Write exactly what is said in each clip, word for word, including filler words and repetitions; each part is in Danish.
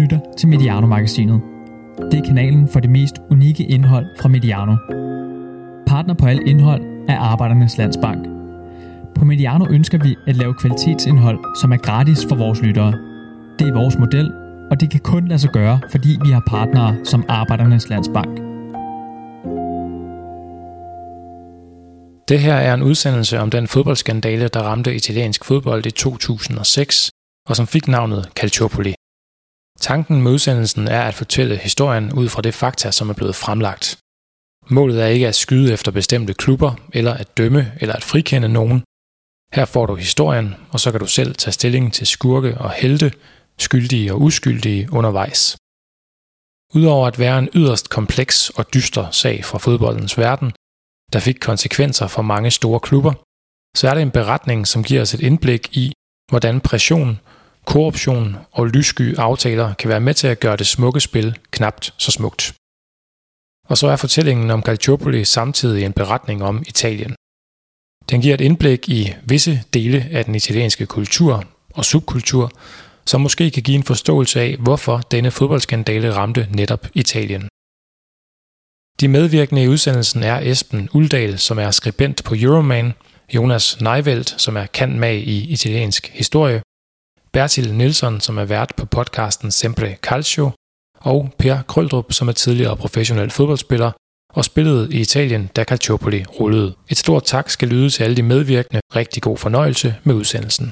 lytter til Mediano-magasinet. Det er kanalen for det mest unikke indhold fra Mediano. Partner på alt indhold er Arbejdernes Landsbank. På Mediano ønsker vi at lave kvalitetsindhold, som er gratis for vores lyttere. Det er vores model, og det kan kun lade sig gøre, fordi vi har partnere som Arbejdernes Landsbank. Det her er en udsendelse om den fodboldskandale, der ramte italiensk fodbold i to tusind og seks, og som fik navnet Calciopoli. Tanken med udsendelsen er at fortælle historien ud fra det fakta, som er blevet fremlagt. Målet er ikke at skyde efter bestemte klubber, eller at dømme eller at frikende nogen. Her får du historien, og så kan du selv tage stilling til skurke og helte, skyldige og uskyldige undervejs. Udover at være en yderst kompleks og dyster sag fra fodboldens verden, der fik konsekvenser for mange store klubber, så er det en beretning, som giver os et indblik i, hvordan pression, korruption og lyssky aftaler kan være med til at gøre det smukke spil knapt så smukt. Og så er fortællingen om Calciopoli samtidig en beretning om Italien. Den giver et indblik i visse dele af den italienske kultur og subkultur, som måske kan give en forståelse af, hvorfor denne fodboldskandale ramte netop Italien. De medvirkende i udsendelsen er Esben Uldal, som er skribent på Euroman, Jonas Neiveldt, som er cand.mag i italiensk historie, Bertil Nielsen, som er vært på podcasten Sempre Calcio, og Per Krøldrup, som er tidligere professionel fodboldspiller og spillede i Italien, da Calciopoli rullede. Et stort tak skal lyde til alle de medvirkende. Rigtig god fornøjelse med udsendelsen.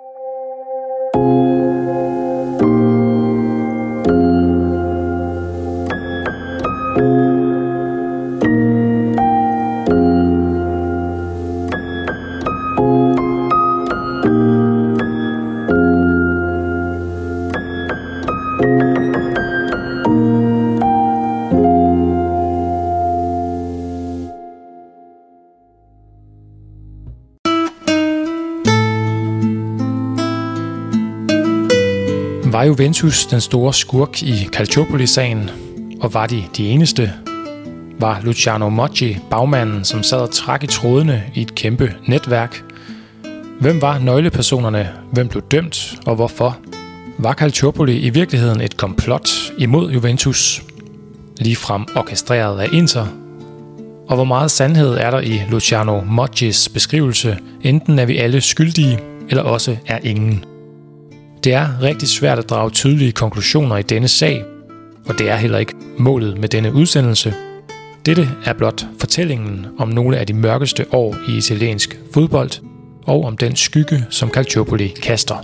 Var Juventus den store skurk i Calciopoli-sagen, og var de de eneste? Var Luciano Moggi bagmanden, som sad og trak i trådene i et kæmpe netværk? Hvem var nøglepersonerne? Hvem blev dømt, og hvorfor? Var Calciopoli i virkeligheden et komplot imod Juventus, ligefrem orkestreret af Inter? Og hvor meget sandhed er der i Luciano Moggis beskrivelse, enten er vi alle skyldige, eller også er ingen? Det er rigtig svært at drage tydelige konklusioner i denne sag, og det er heller ikke målet med denne udsendelse. Dette er blot fortællingen om nogle af de mørkeste år i italiensk fodbold, og om den skygge, som Calciopoli kaster.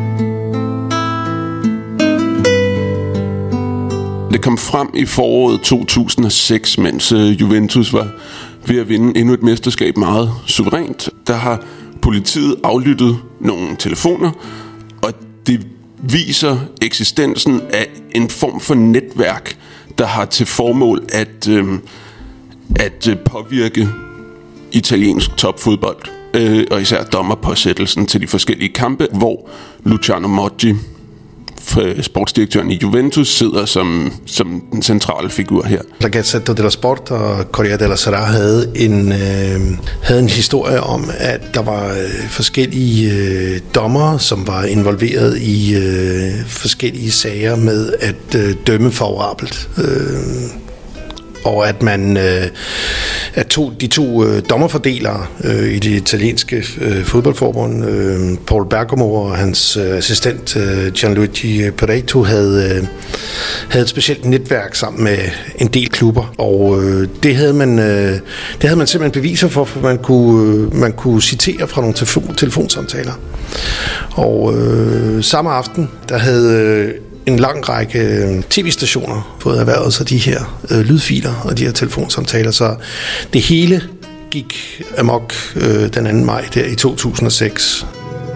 Det kom frem i foråret to tusind og seks, mens Juventus var ved at vinde endnu et mesterskab meget suverænt. Der har politiet aflyttet nogle telefoner, og det viser eksistensen af en form for netværk, der har til formål at, øh, at påvirke italiensk topfodbold, øh, og især dommerpåsættelsen til de forskellige kampe, hvor Luciano Moggi, sportsdirektøren i Juventus, sidder som, som den centrale figur her. La Gazzetta dello Sport og Corriere della Sera havde en, øh, havde en historie om, at der var øh, forskellige øh, dommere, som var involveret i øh, forskellige sager med at øh, dømme favorabelt. Øh, og at man øh, at to, de to øh, dommerfordelere øh, i det italienske øh, fodboldforbund, øh, Paul Bergamo og hans øh, assistent øh, Gianluigi Pareto, havde, øh, havde et specielt netværk sammen med en del klubber, og øh, det havde man øh, det havde man simpelthen beviser for, for man kunne øh, man kunne citere fra nogle telefon, telefonsamtaler. Og øh, samme aften der havde øh, en lang række tv-stationer fået erhvervet sig de her øh, lydfiler og de her telefonsamtaler, så det hele gik amok øh, den anden maj der i to tusind og seks.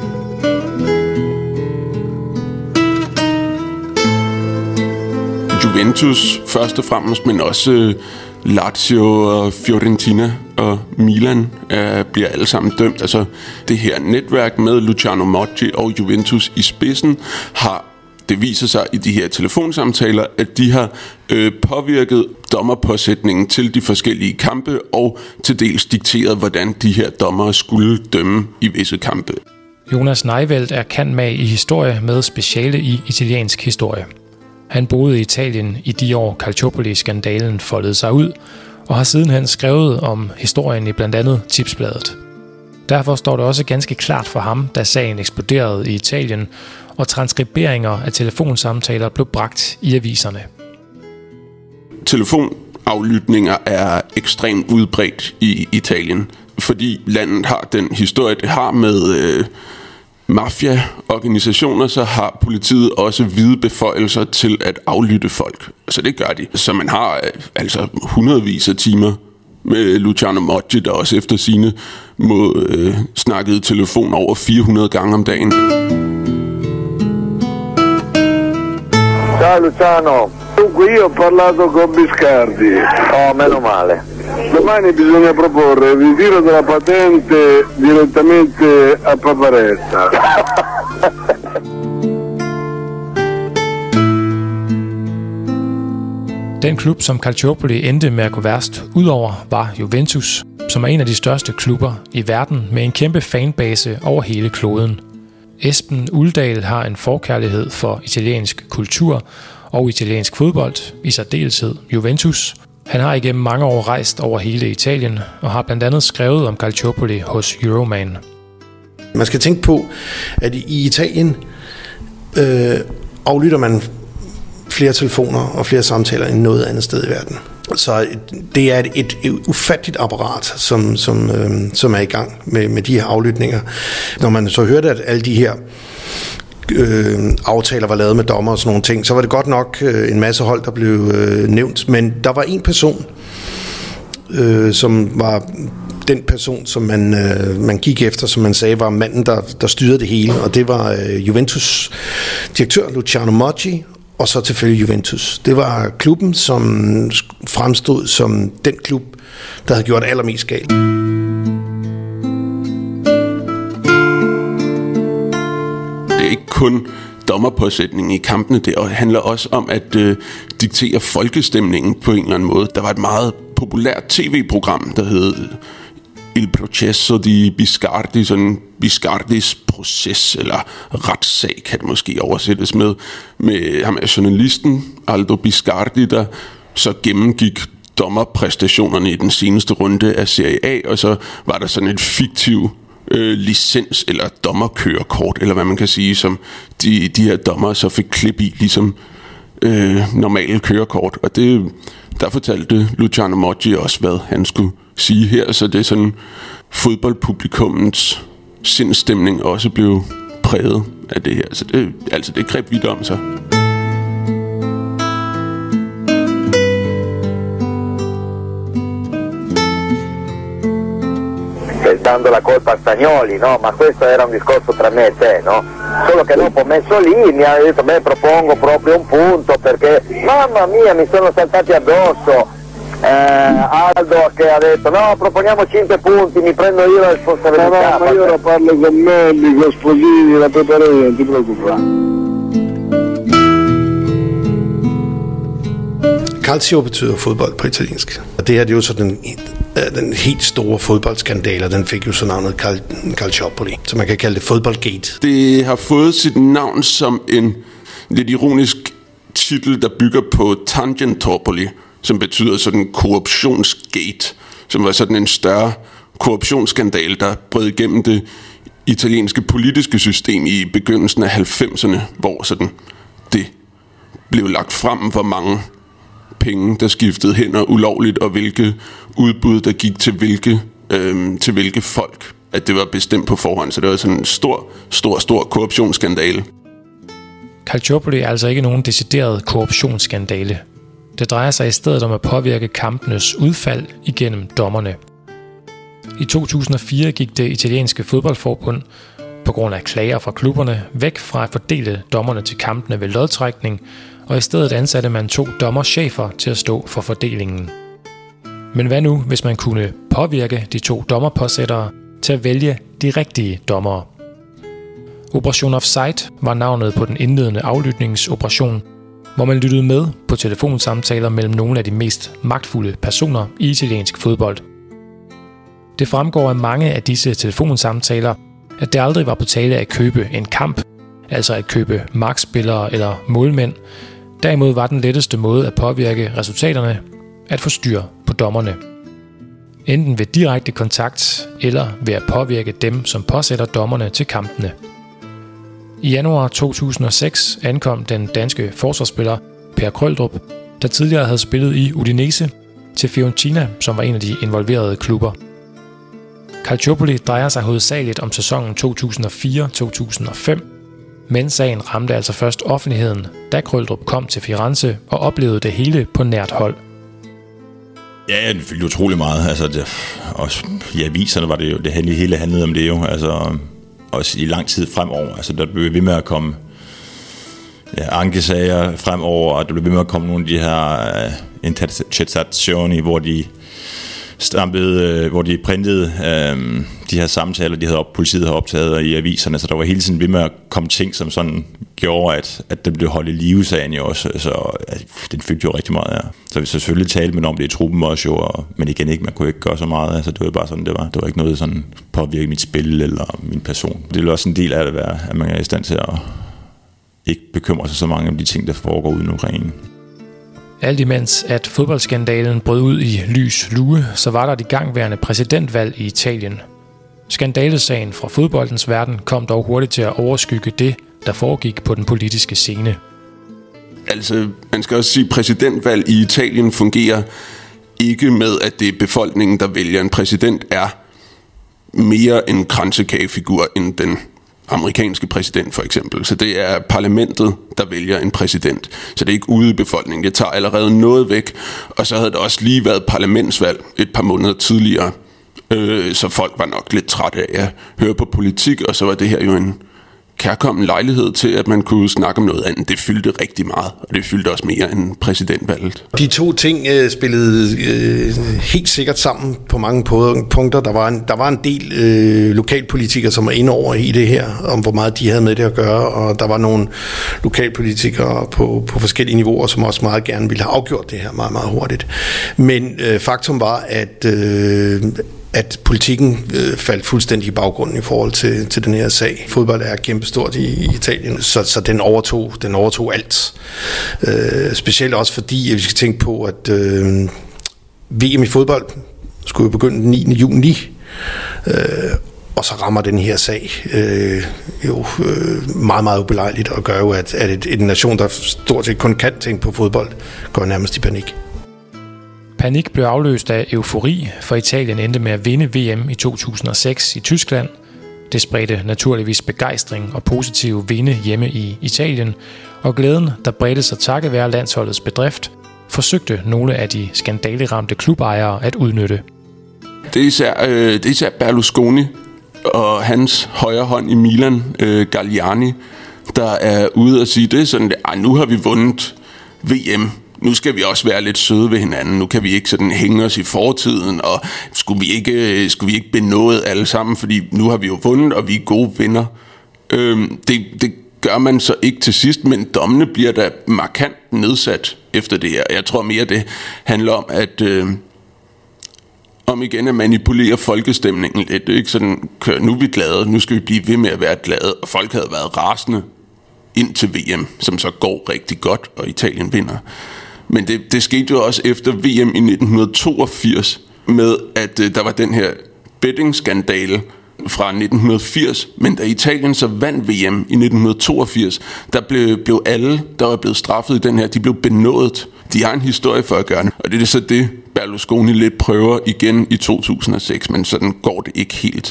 Juventus først og fremmest, men også Lazio og Fiorentina og Milan øh, bliver alle sammen dømt. Altså det her netværk med Luciano Moggi og Juventus i spidsen har, det viser sig i de her telefonsamtaler, at de har øh, påvirket dommerpåsætningen til de forskellige kampe og til dels dikteret, hvordan de her dommere skulle dømme i visse kampe. Jonas Neiveldt er cand.mag i historie med speciale i italiensk historie. Han boede i Italien i de år Calciopoli-skandalen foldede sig ud, og har sidenhen skrevet om historien i blandt andet Tipsbladet. Derfor står det også ganske klart for ham, da sagen eksploderede i Italien, og transkriberinger af telefonsamtaler blev bragt i aviserne. Telefonaflytninger er ekstremt udbredt i Italien, fordi landet har den historie, det har med øh, mafia-organisationer, så har politiet også vide beføjelser til at aflytte folk. Så det gør de. Så man har øh, altså hundredvis af timer med Luciano Moggi, der også efter sine må øh, snakkede telefon over fire hundrede gange om dagen. Ciao Luciano, dunque io ho parlato con Biscardi. Oh, meno male. Domani bisogna proporre il ritiro della patente direttamente a Paparetta. Den klub, som Calciopoli endte med at gå værst udover, var Juventus, som er en af de største klubber i verden med en kæmpe fanbase over hele kloden. Esben Uldal har en forkærlighed for italiensk kultur og italiensk fodbold, i særdeleshed Juventus. Han har igennem mange år rejst over hele Italien og har blandt andet skrevet om Calciopoli hos Euroman. Man skal tænke på, at i Italien øh, aflytter man flere telefoner og flere samtaler end noget andet sted i verden. Så det er et, et, et ufatteligt apparat, som, som, øh, som er i gang med, med de her aflytninger. Når man så hørte, at alle de her øh, aftaler var lavet med dommer og sådan nogle ting, så var det godt nok øh, en masse hold, der blev øh, nævnt. Men der var en person, øh, som var den person, som man, øh, man gik efter, som man sagde, var manden, der, der styrede det hele. Og det var øh, Juventus direktør Luciano Moggi, og så selvfølgelig Juventus. Det var klubben, som fremstod som den klub, der havde gjort allermest galt. Det er ikke kun dommerpåsætningen i kampene, det handler også om at øh, diktere folkestemningen på en eller anden måde. Der var et meget populært tv-program, der hed Il Processo di Biscardi, sådan Biscardis proces, eller retssag, kan det måske oversættes med, med ham er journalisten Aldo Biscardi, der så gennemgik dommerpræstationerne i den seneste runde af Serie A, og så var der sådan et fiktiv øh, licens eller dommerkørekort, eller hvad man kan sige, som de, de her dommer så fik klip i, ligesom øh, normale kørekort. Og det, der fortalte Luciano Moggi også, hvad han skulle sige her, så det er sådan fodboldpublikummens sindstemning også blev præget af det her. Så det, altså det greb vidt om sig. Dando la colpa a Stagnoli, no? Ma questo era un discorso tra me e te, no? Solo che dopo messo lì mi ha detto, beh, propongo proprio un punto perché, mamma mia, mi sono saltati addosso. Eh, Aldo che ha detto, no, proponiamo cinque punti, mi prendo io la responsabilità. No, ma io lo parlo con Melli, con Sposini, la preparo io, non ti preoccupare. Calcio betyder fodbold på italiensk. Og det her, det er jo så den, den helt store fodboldskandale, den fik jo så navnet Cal- Calciopoli, så man kan kalde det fodboldgate. Det har fået sit navn som en lidt ironisk titel, der bygger på Tangentopoli, som betyder sådan korruptionsgate, som var sådan en større korruptionsskandale, der brød igennem det italienske politiske system i begyndelsen af halvfemserne, hvor sådan det blev lagt frem, hvor mange penge, der skiftede hænder ulovligt, og hvilke udbud, der gik til hvilke, øhm, til hvilke folk, at det var bestemt på forhånd. Så det var sådan en stor, stor, stor korruptionsskandale. Calciopoli er altså ikke nogen decideret korruptionsskandale. Det drejer sig i stedet om at påvirke kampenes udfald igennem dommerne. I to tusind og fire gik det italienske fodboldforbund på grund af klager fra klubberne væk fra at fordele dommerne til kampene ved lodtrækning, og i stedet ansatte man to dommerchefer til at stå for fordelingen. Men hvad nu, hvis man kunne påvirke de to dommerpåsættere til at vælge de rigtige dommere? Operation Offside var navnet på den indledende aflytningsoperation, hvor man lyttede med på telefonsamtaler mellem nogle af de mest magtfulde personer i italiensk fodbold. Det fremgår af mange af disse telefonsamtaler, at det aldrig var på tale at købe en kamp, altså at købe markspillere eller målmænd, Derimod var den letteste måde at påvirke resultaterne at få styr på dommerne. Enten ved direkte kontakt eller ved at påvirke dem, som påsætter dommerne til kampene. I januar to tusind og seks ankom den danske forsvarsspiller Per Krøldrup, der tidligere havde spillet i Udinese, til Fiorentina, som var en af de involverede klubber. Calciopoli drejer sig hovedsageligt om sæsonen to tusind og fire til to tusind og fem, men sagen ramte altså først offentligheden, da Krøldrup kom til Firenze og oplevede det hele på nært hold. Ja, det fyldte utrolig meget. Altså, det, også i aviserne var det jo, det hele handlede om det jo. Altså, også i lang tid fremover. Altså, der blev ved med at komme ja, ankesager fremover, og der blev ved med at komme nogle af de her uh, intercettazioni, hvor de stampede, uh, hvor de printede uh, de her samtaler, de havde op, politiet havde optaget i aviserne, så der var hele tiden ved med at komme ting, som sådan gjorde, at, at det blev holdt i live, sagen jo også, så altså, den fik jo rigtig meget, ja. Så vi selvfølgelig talte man om det i truppen også jo, og, men igen ikke, man kunne ikke gøre så meget, altså det var bare sådan, det var. Det var ikke noget sådan påvirke mit spil eller min person. Det er også en del af det, være, at man er i stand til at ikke bekymre sig så mange om de ting, der foregår uden Ukraine. Alt imens at fodboldskandalen brød ud i lys lue, så var der et igangværende præsidentvalg i Italien. Skandalesagen fra fodboldens verden kom dog hurtigt til at overskygge det, der foregik på den politiske scene. Altså, man skal også sige, at præsidentvalg i Italien fungerer ikke med, at det er befolkningen, der vælger en præsident, er mere en kransekagefigur end den amerikanske præsident for eksempel. Så det er parlamentet, der vælger en præsident. Så det er ikke ude i befolkningen. Det tager allerede noget væk. Og så havde der også lige været parlamentsvalg et par måneder tidligere. Øh, så folk var nok lidt trætte af at høre på politik, og så var det her jo en kærkommen lejlighed til, at man kunne snakke om noget andet. Det fyldte rigtig meget, og det fyldte også mere end præsidentvalget. De to ting øh, spillede øh, helt sikkert sammen på mange punkter. Der var en, der var en del øh, lokalpolitikere, som var inde over i det her, om hvor meget de havde med det at gøre, og der var nogle lokalpolitikere på, på forskellige niveauer, som også meget gerne ville have afgjort det her meget, meget hurtigt. Men øh, faktum var, at øh, at politikken øh, faldt fuldstændig i baggrunden i forhold til, til den her sag. Fodbold er kæmpestort i, i Italien, så, så den, overtog, den overtog alt. Øh, specielt også fordi, at vi skal tænke på, at øh, V M i fodbold skulle jo begynde den niende juni, øh, og så rammer den her sag øh, jo øh, meget, meget ubelejligt, og gør jo, at, at et, en nation, der stort set kun kan tænke på fodbold, går nærmest i panik. Panik blev afløst af eufori, for Italien endte med at vinde V M i to tusind og seks i Tyskland. Det spredte naturligvis begejstring og positive vinde hjemme i Italien, og glæden, der bredte sig takket være landsholdets bedrift, forsøgte nogle af de skandaleramte klubejere at udnytte. Det er især, øh, det er især Berlusconi og hans højre hånd i Milan, øh, Galliani, der er ude og sige, det er sådan, at nu har vi vundet V M. Nu skal vi også være lidt søde ved hinanden. Nu kan vi ikke sådan hænge os i fortiden, og skulle vi ikke, skulle vi ikke benåde alle sammen, fordi nu har vi jo vundet, og vi er gode vinder. Øhm, det, det gør man så ikke til sidst, men dommene bliver da markant nedsat efter det her. Jeg tror mere, det handler om, at øh, om igen at manipulere folkestemningen lidt. Det er ikke sådan, nu er vi glade, nu skal vi blive ved med at være glade, og folk havde været rasende ind til V M, som så går rigtig godt, og Italien vinder. Men det, det skete jo også efter V M i nitten toogfirs, med at øh, der var den her betting-skandale fra nitten firs, men da Italien så vandt V M i nitten toogfirs, der blev, blev alle, der var blevet straffet i den her, de blev benådet. De har en historie for at gøre det, og det er så det, Berlusconi lidt prøver igen i to tusind og seks, men sådan går det ikke helt.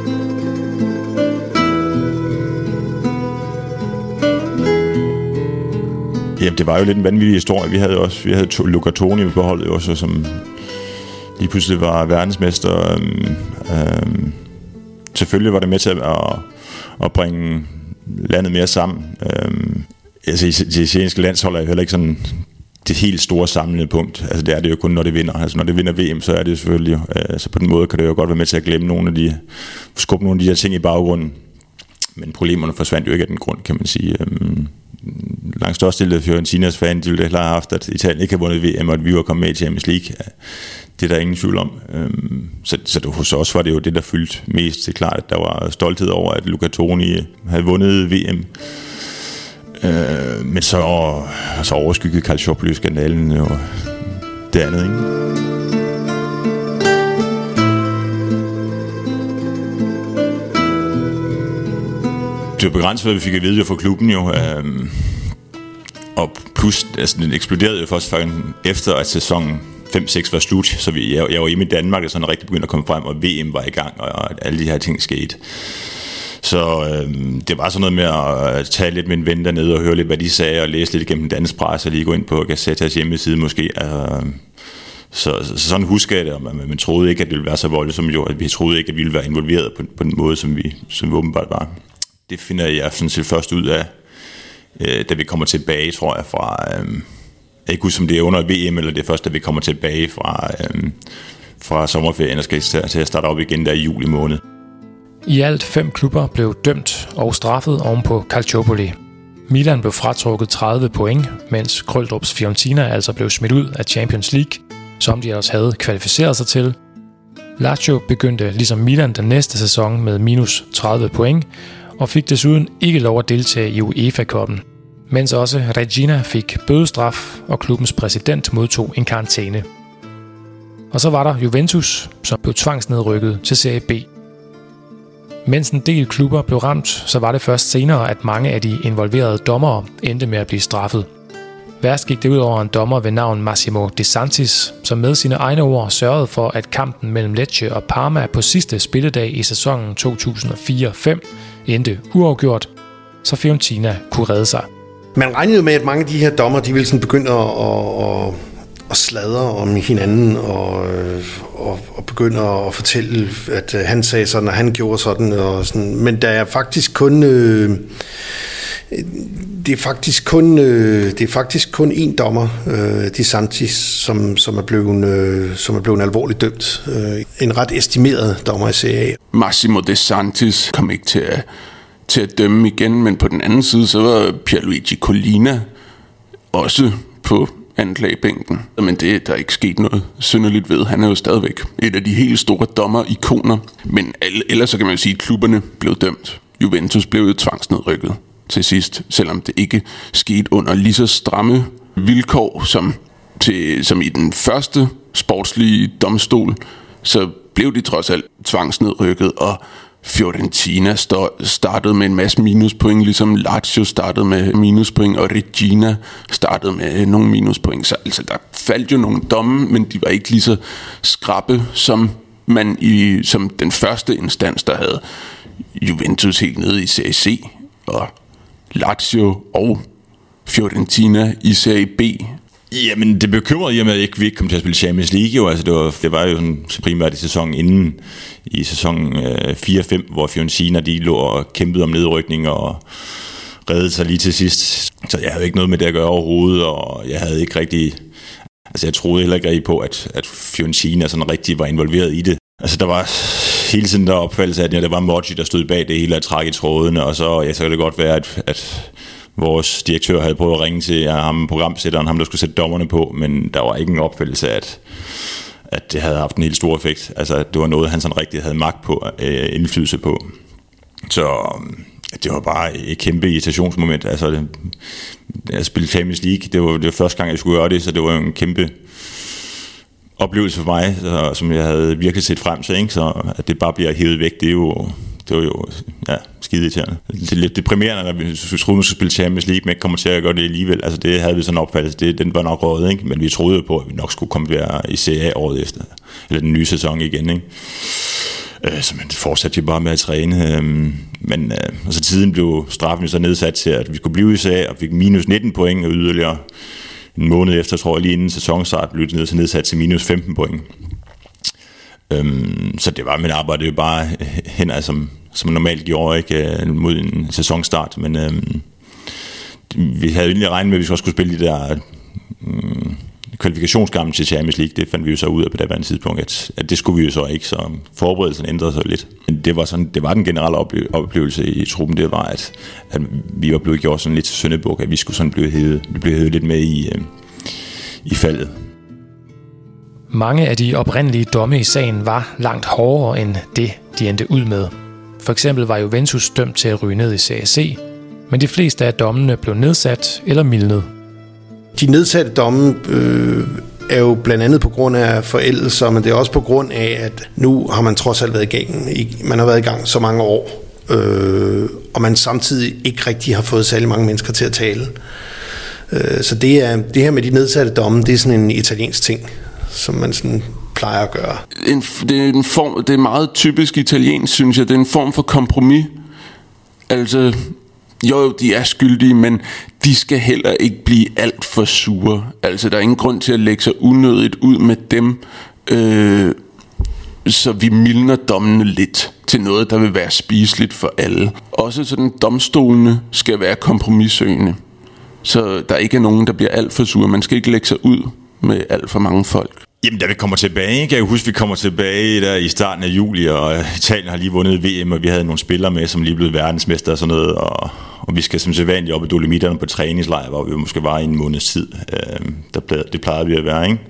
Jamen, det var jo lidt en vanvittig historie. Vi havde også, vi havde to, Luca Toni på holdet også, som lige pludselig var verdensmester. Øhm, øhm, selvfølgelig var det med til at, at bringe landet mere sammen. Øhm, altså, det italienske landshold er jo heller ikke sådan det helt store samlede punkt. Altså, det er det jo kun, når det vinder. Altså, når det vinder V M, så er det selvfølgelig øh, så på den måde kan det jo godt være med til at glemme nogle af de, skubbe nogle af de her ting i baggrunden. Men problemerne forsvandt jo ikke af den grund, kan man sige. Øhm, langt størstedelen af Fiorentinas fan, de ville da have haft, at Italien ikke har vundet V M, og at vi var kommet med i Champions League. Det er der ingen tvivl om. Så, så det, hos os var det jo det, der fyldte mest. Det er klart, at der var stolthed over, at Luca Toni havde vundet V M. Øh, men så, så overskyggede Calciopoli-skandalen jo det andet, ikke? Det var begrænset, hvad vi fik at vide fra klubben jo. Øh, og plus, altså, den eksploderede jo først efter, at sæsonen fem seks var slut, så vi, jeg, jeg var hjemme i Danmark, og sådan rigtig begyndte at komme frem, og V M var i gang, og, og alle de her ting skete. Så øh, det var sådan noget med at tage lidt med en ven dernede og høre lidt, hvad de sagde, og læse lidt igennem dansk presse, og lige gå ind på Gazettas hjemmeside måske. Øh, så, så sådan husker jeg det, og man, man troede ikke, at det ville være så voldsomt, jo, at vi troede ikke, at vi ville være involveret på, på den måde, som vi, som vi åbenbart var. Det finder jeg sådan set først ud af, øh, da vi kommer tilbage, tror jeg, fra... Øh, jeg ikke huske, om det er under V M, eller det er først, da vi kommer tilbage fra, øh, fra sommerferien, og skal til at starte op igen der i juli måned. I alt fem klubber blev dømt og straffet ovenpå Calciopoli. Milan blev fratrukket tredive point, mens Krøldrups Fiorentina altså blev smidt ud af Champions League, som de også havde kvalificeret sig til. Lazio begyndte ligesom Milan den næste sæson med minus tredive point, og fik desuden ikke lov at deltage i UEFA-cuppen, mens også Regina fik bødestraf, og klubbens præsident modtog en karantæne. Og så var der Juventus, som blev tvangsnedrykket til Serie B. Mens en del klubber blev ramt, så var det først senere, at mange af de involverede dommere endte med at blive straffet. Værst gik det ud over en dommer ved navn Massimo De Santis, som med sine egne ord sørgede for, at kampen mellem Lecce og Parma på sidste spilledag i sæsonen to tusind og fire fem endte uafgjort, så Fiorentina kunne redde sig. Man regnede jo med, at mange af de her dommer, de ville sådan begynde at, at, at sladre om hinanden og, og, og begynde at fortælle, at han sagde sådan, og han gjorde sådan. Og sådan. Men der er faktisk kun... Øh, det er faktisk kun øh, det er faktisk kun én dommer, øh, De Santis, som som er blevet øh, som er blevet alvorligt dømt. Øh, en ret estimeret dommer i Serie A. Massimo De Santis kom ikke til at til at dømme igen, men på den anden side så var Pierluigi Collina også på anklagebænken. Men det er der ikke sket noget synderligt ved. Han er jo stadigvæk et af de helt store dommer-ikoner. Men ellers så kan man jo sige, at klubberne blev dømt. Juventus blev jo tvangsnedrykket til sidst, selvom det ikke skete under lige så stramme vilkår som, til, som i den første sportslige domstol, så blev de trods alt tvangsnedrykket, og Fiorentina startede med en masse minuspoint, ligesom Lazio startede med minuspoint, og Regina startede med nogle minuspoint. Så altså, der faldt jo nogle domme, men de var ikke lige så skrappe, som man i som den første instans, der havde Juventus helt nede i Serie C, og Lazio og Fiorentina i Serie B. Jamen, det bekymrede jeg med, at ikke, vi ikke kom til at spille Champions League. Jo. Altså, det, var, det var jo sådan, så primært i sæsonen inden, i sæsonen øh, fire fem, hvor Fiorentina de lå og kæmpede om nedrykning og reddede sig lige til sidst. Så jeg havde ikke noget med det at gøre overhovedet, og jeg havde ikke rigtig... Altså, jeg troede heller ikke rigtig på, at, at Fiorentina sådan rigtig var involveret i det. Altså, der var hele tiden der opfattelse af, at ja, der var Moggi, der stod bag det hele og trak i trådene, og så, ja, så kan det godt være, at... at vores direktør havde prøvet at ringe til ja, ham, programsætteren, ham der skulle sætte dommerne på, men der var ikke en opfattelse af, at, at det havde haft en helt stor effekt. Altså, det var noget, han sådan rigtig havde magt på, øh, indflydelse på. Så det var bare et kæmpe irritationsmoment. Altså, det, at spille Champions League, det var, det var første gang, jeg skulle gøre det, så det var en kæmpe oplevelse for mig, så, som jeg havde virkelig set frem til, ikke? Så at det bare bliver hævet væk, det er jo... Det var jo ja, skide irriterende. Det er lidt deprimerende, når vi troede, man skulle spille Champions League, men ikke kommer til at gøre det alligevel. Altså det havde vi sådan en opfattelse, det, den var nok rådet, ikke? Men vi troede på, at vi nok skulle komme være i Serie A året efter. Eller den nye sæson igen, ikke? Øh, så man fortsatte jo bare med at træne. Øh, men øh, altså, tiden blev straffen så nedsat til, at vi skulle blive i Serie A, og fik minus nitten point og yderligere. En måned efter, tror jeg, lige inden sæsonstart, blev det nedsat til minus femten point. Øhm, så det var, men arbejdede jo bare hen, altså, som, som normalt gjorde, ikke, mod en sæsonstart, men øhm, vi havde jo egentlig regnet med, at vi også skulle spille de der øhm, kvalifikationskampe til Champions League. Det fandt vi jo så ud af på det andet tidspunkt, at, at det skulle vi jo så ikke, så forberedelsen ændrede sig lidt. Men det var, sådan, det var den generelle oplevelse i truppen, det var, at, at vi var blevet gjort sådan lidt til syndebuk, at vi skulle sådan blive hævet, vi blev hævet lidt med i, øh, i faldet. Mange af de oprindelige domme i sagen var langt hårdere end det, de endte ud med. For eksempel var Juventus dømt til at ryge ned i Serie C, men de fleste af dommene blev nedsat eller mildnet. De nedsatte domme øh, er jo blandt andet på grund af forældelser, men det er også på grund af, at nu har man trods alt været i gang. Man har været i gang så mange år, øh, og man samtidig ikke rigtig har fået særlig mange mennesker til at tale. Øh, så det, er, det her med de nedsatte domme, det er sådan en italiensk ting, som man sådan plejer at gøre. En, det, er en form, det er meget typisk italiensk, synes jeg. Det er en form for kompromis. Altså, jo, de er skyldige, men de skal heller ikke blive alt for sure. Altså, der er ingen grund til at lægge sig unødigt ud med dem, øh, så vi mildner dommene lidt til noget, der vil være spiseligt for alle. Også sådan, domstolene skal være kompromissøgende, så der ikke er nogen, der bliver alt for sure. Man skal ikke lægge sig ud med alt for mange folk. Jamen, da vi kommer tilbage, kan jeg huske, vi kommer tilbage der i starten af juli, og Italien har lige vundet V M, og vi havde nogle spillere med, som lige blev verdensmester og sådan noget, og, og vi skal som sædvanligt op i Dolomitterne på træningslejr, hvor vi måske var i en måneds tid. Øh, der ble, det plejede vi at være, ikke?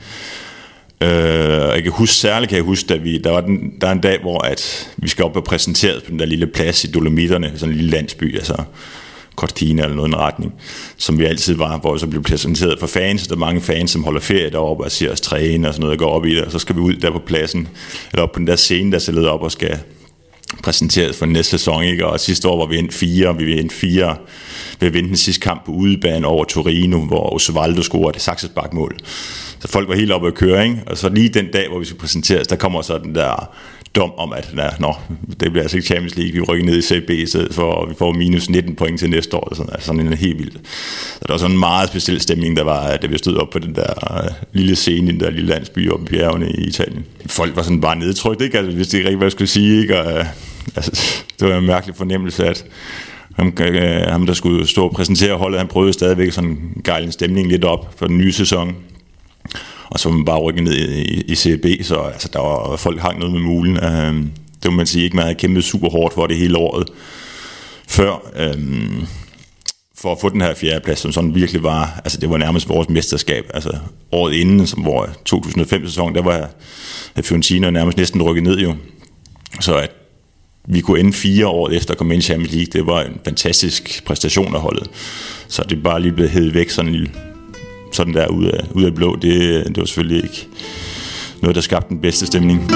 Øh, jeg kan huske, særligt kan jeg huske, at vi, der var den, der er en dag, hvor at vi skal op og præsenteres på den der lille plads i Dolomitterne, sådan en lille landsby, altså Cortina eller noget i en retning, som vi altid var, hvor vi så blev præsenteret for fans. Der er mange fans, som holder ferie deroppe og ser os træne og sådan noget, og går op i det, og så skal vi ud der på pladsen, eller op på den der scene, der sætter op og skal præsenteres for næste sæson, ikke? Og sidste år var vi endte fire, og vi endte fire ved at vinde den sidste kamp på udebane over Torino, hvor Osvaldo scorede det saksesbakmål. Så folk var helt oppe at køre, ikke? Og så lige den dag, hvor vi skal præsenteres, der kommer så den der dom om, at ja, nå, det bliver altså ikke Champions League, vi rykker ned i C B i stedet for, og vi får minus nitten point til næste år, sådan, altså sådan en helt vildt. Så der var sådan en meget speciel stemning, der var, da vi stod op på den der uh, lille scene i den der lille landsby oppe i bjergene i Italien. Folk var sådan bare nedtrykt, ikke? Altså, hvis det ikke rigtig, hvad jeg skulle sige, ikke? Og, uh, altså, det var en mærkelig fornemmelse, at ham, uh, ham der skulle stå og præsentere holdet, han prøvede stadigvæk sådan en gejl stemning lidt op for den nye sæson. Og så var man bare rykket ned i, i, i C B, så altså, der var folk hang noget med mulen. Øhm, det må man sige, ikke man havde kæmpet super hårdt for det hele året før, øhm, for at få den her fjerdeplads, som sådan virkelig var, altså det var nærmest vores mesterskab. Altså året inden, som var to tusind og fem-sæsonen, der var Fiorentina nærmest næsten rykket ned jo. Så at vi kunne ende fire år efter at komme ind i Champions League, det var en fantastisk præstation af holdet. Så det er bare lige blevet hævet væk sådan en lille sådan der ud af, ud af blå, det, det var selvfølgelig ikke noget, der skabte den bedste stemning.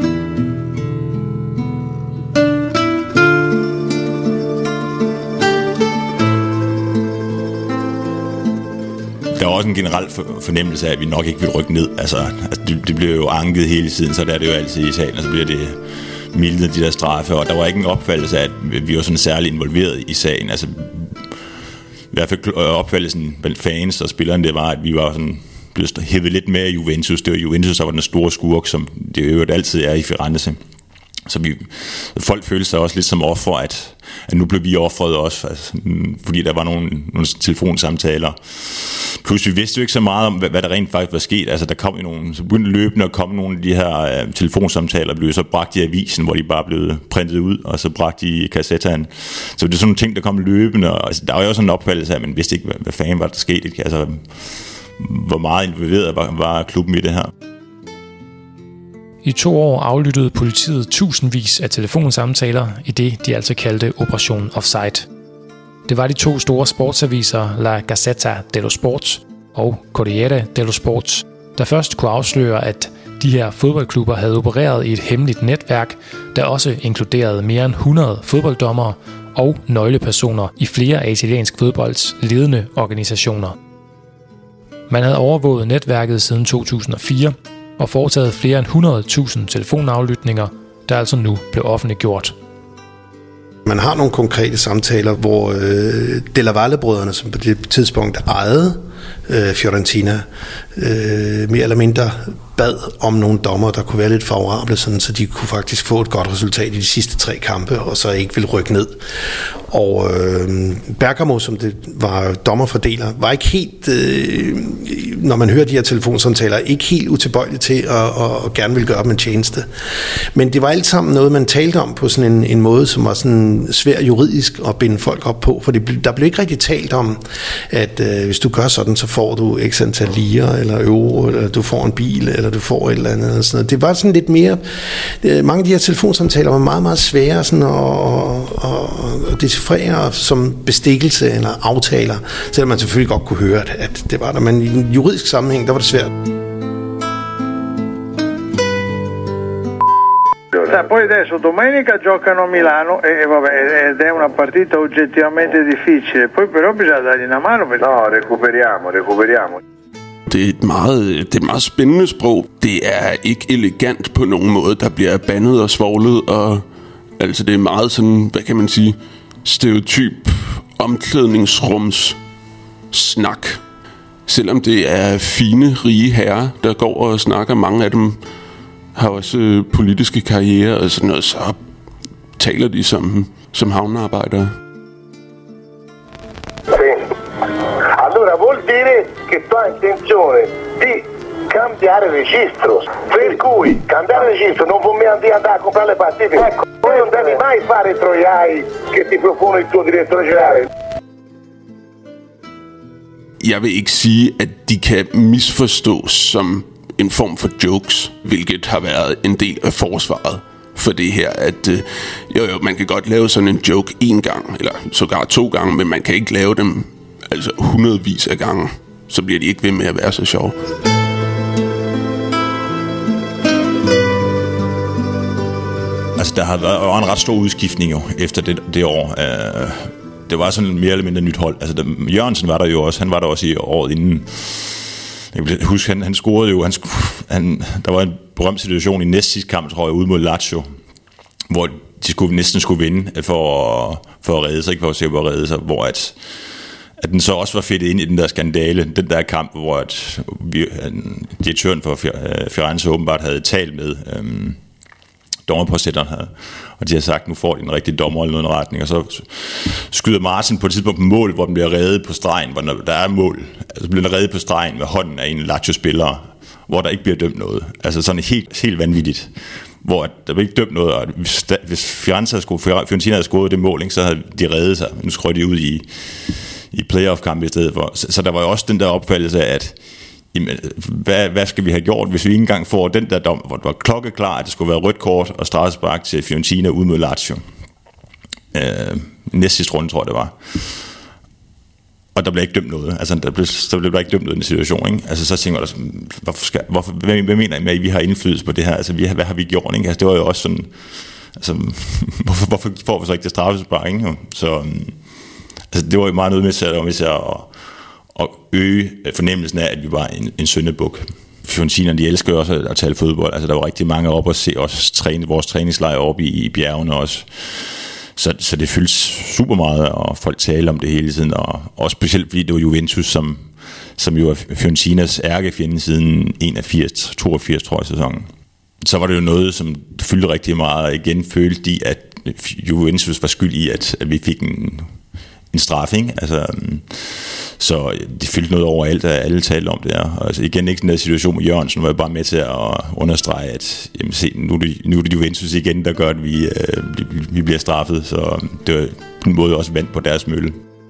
Der var også en generel fornemmelse af, at vi nok ikke ville rykke ned. Altså, altså det, det blev jo anket hele tiden, så der er det jo altid i Italien, og så bliver det mildnet, de der straffe, og der var ikke en opfattelse af, at vi var sådan særlig involveret i sagen. Altså, i hvert fald opfattelsen blandt fans og spillerne, det var, at vi var sådan blevet hævet lidt med af Juventus. Det var Juventus, der var den store skurk, som det jo altid er i Firenze. Så vi, folk følte sig også lidt som offer, at, at nu blev vi offret også, altså, fordi der var nogle, nogle telefonsamtaler. Plus vi vidste jo ikke så meget om, hvad, hvad der rent faktisk var sket. Altså der kom jo nogle, så begyndte løbende at komme nogle af de her uh, telefonsamtaler, blev så bragt i avisen, hvor de bare blev printet ud, og så bragt i kassettaen. Så det er sådan nogle ting, der kom løbende, og altså, der var jo også en opfattelse af, at man vidste ikke, hvad, hvad fanden var der skete. Altså, hvor meget involveret var, var klubben i det her. I to år aflyttede politiet tusindvis af telefonsamtaler i det, de altså kaldte Operation Offside. Det var de to store sportsaviser La Gazzetta dello Sport og Corriere dello Sport, der først kunne afsløre, at de her fodboldklubber havde opereret i et hemmeligt netværk, der også inkluderede mere end hundrede fodbolddommere og nøglepersoner i flere af italiensk fodbolds ledende organisationer. Man havde overvåget netværket siden to tusind og fire og foretaget flere end hundrede tusind telefonaflytninger, der altså nu blev offentliggjort. Man har nogle konkrete samtaler, hvor øh, Della Valle-brødrene, som på det tidspunkt ejede øh, Fiorentina, øh, mere eller mindre bad om nogle dommer, der kunne være lidt favorable, sådan, så de kunne faktisk få et godt resultat i de sidste tre kampe, og så ikke ville rykke ned. Og øh, Bergamo, som det var dommerfordeler, var ikke helt, øh, når man hører de her telefonsamtaler, ikke helt utilbøjelig til at, at, at gerne ville gøre dem en tjeneste. Men det var alt sammen noget, man talte om på sådan en, en måde, som var sådan svær juridisk at binde folk op på, for det, der blev ikke rigtig talt om, at øh, hvis du gør sådan, jamen, så får du x antal lire, eller euro, eller du får en bil, eller du får et eller andet. Eller sådan noget. Det var sådan lidt mere, det, mange af de her telefonsamtaler var meget, meget svære sådan, at, at, at decifrere som bestikkelse eller aftaler, selvom man selvfølgelig godt kunne høre, at det var der, men i en juridisk sammenhæng, der var det svært. Poi adesso domenica giocano a Milano e vabbè, ed è una partita oggettivamente difficile, poi però bisogna dargli una mano. Per... No, recuperiamo, recuperiamo. Det er, et meget, det er et meget spændende sprog. Det er ikke elegant på nogen måde. Der bliver bandet og svoglet, og altså det er meget sådan, hvad kan man sige, stereotyp omklædningsrums snak. Selvom det er fine, rige herrer, der går og snakker, mange af dem har også politiske karriere og sådan noget, så taler de som, som havnearbejdere. Sì. Allora vuol dire che tu hai intenzione di cambiare registro, per cui cambiare registro non vuol dire andare a comprare le partite. Ecco, poi non devi mai fare i troiai che ti propone il tuo direttore generale. Jeg vil ikke sige, at de kan misforstås som en form for jokes, hvilket har været en del af forsvaret for det her, at øh, jo, jo, man kan godt lave sådan en joke en gang, eller sågar to gange, men man kan ikke lave dem altså hundredvis af gange, så bliver de ikke ved med at være så sjove. Altså, der har været en ret stor udskiftning jo, efter det, det år. Uh, det var sådan mere eller mindre nyt hold. Altså, der, Jørgensen var der jo også, han var der også i året inden. Jeg kan huske, han, han scorede jo, han, han, der var en berømt situation i næst sidste kamp, tror jeg, ude mod Lazio, hvor de skulle, næsten skulle vinde for, for at redde sig, ikke for at se, hvor at redde sig, hvor at, at den så også var fedtet ind i den der skandale, den der kamp, hvor at vi, direktøren for Firenze åbenbart havde talt med øhm, dommerpåsætteren her, og de har sagt, nu får de en rigtig dommer eller noget retning, og så skyder Martin på et tidspunkt på mål, hvor den bliver reddet på stregen, hvor der er mål, altså bliver den reddet på stregen med hånden af en Lazio-spiller, hvor der ikke bliver dømt noget, altså sådan helt, helt vanvittigt, hvor der bliver ikke dømt noget, og hvis, hvis Firenze havde scoret, Fiorentina havde scoret det mål, ikke, så havde de reddet sig, nu skruer de ud i, i playoff-kamp i stedet for, så, så der var jo også den der opfattelse af, at jamen, hvad, hvad skal vi have gjort, hvis vi ikke engang får den der dom, hvor det var klokkeklar, at det skulle være rødt kort og straffespark til Fiorentina ude mod Lazio. Øh, næste sidste runde, tror jeg, det var. Og der blev ikke dømt noget. Altså, der blev der, blev der ikke dømt noget i den situation, ikke? Altså, så tænker jeg, hvorfor skal, hvorfor, hvad, hvad mener I med, at vi har indflydelse på det her? Altså, vi, hvad har vi gjort, ikke? Altså, det var jo også sådan, altså, hvorfor, hvorfor får vi så ikke det straffespark, ikke? Så, altså, det var jo meget noget med til at, med til at og øge fornemmelsen af, at vi var en, en syndebuk. Fiorentina, de elsker jo også at tale fodbold. Altså, der var rigtig mange op og se os træne vores træningslejr oppe i, i bjergene også. Så, så det føltes super meget, og folk talte om det hele tiden, og også specielt fordi det var Juventus, som, som jo er Fiorentinas ærkefjende siden enogfirs toogfirs, tror jeg, sæsonen. Så var det jo noget, som fyldte rigtig meget, og igen følte de, at Juventus var skyld i, at, at vi fik en en straf, ikke? Altså, så det fyldte noget overalt, at alle talte om det her. Altså, igen, ikke den der situation med Jørgensen, var jeg bare med til at understrege, at jamen, se, nu, er det, nu er det Juventus igen, der gør, at vi, øh, vi bliver straffet, så det var på en måde også vand på deres mølle.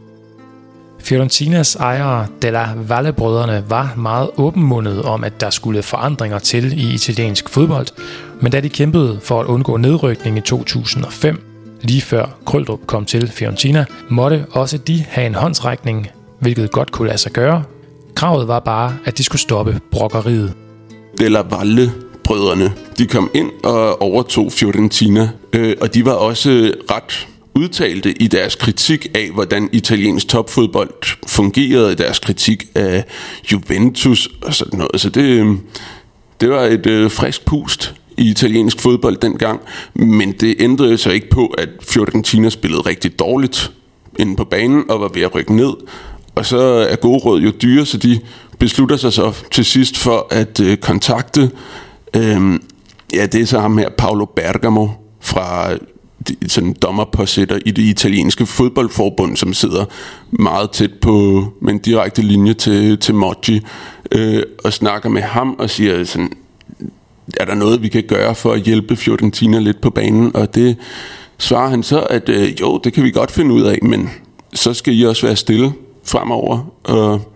Fiorentinas ejere, Della Valle-brødrene, var meget åbenmundet om, at der skulle forandringer til i italiensk fodbold, men da de kæmpede for at undgå nedrykning i to tusind og fem, lige før Krøldrup kom til Fiorentina, måtte også de have en håndsrækning, hvilket godt kunne lade sig gøre. Kravet var bare, at de skulle stoppe brokkeriet. Della Valle-brødrene, de kom ind og overtog Fiorentina, øh, og de var også ret udtalte i deres kritik af, hvordan italiensk topfodbold fungerede, i deres kritik af Juventus og sådan noget. Så det, det var et øh, frisk pust i italiensk fodbold dengang, men det ændrede så ikke på, at Fiorentina spillede rigtig dårligt inde på banen og var ved at rykke ned. Og så er gode råd jo dyre, så de beslutter sig så til sidst for at øh, kontakte, øh, ja, det er så ham her, Paolo Bergamo, fra sådan dommerpåsætter i det italienske fodboldforbund, som sidder meget tæt på med en direkte linje til, til Moggi, øh, og snakker med ham og siger sådan, er der noget, vi kan gøre for at hjælpe Fiorentina lidt på banen? Og det svarer han så, at øh, jo, det kan vi godt finde ud af, men så skal I også være stille fremover. Og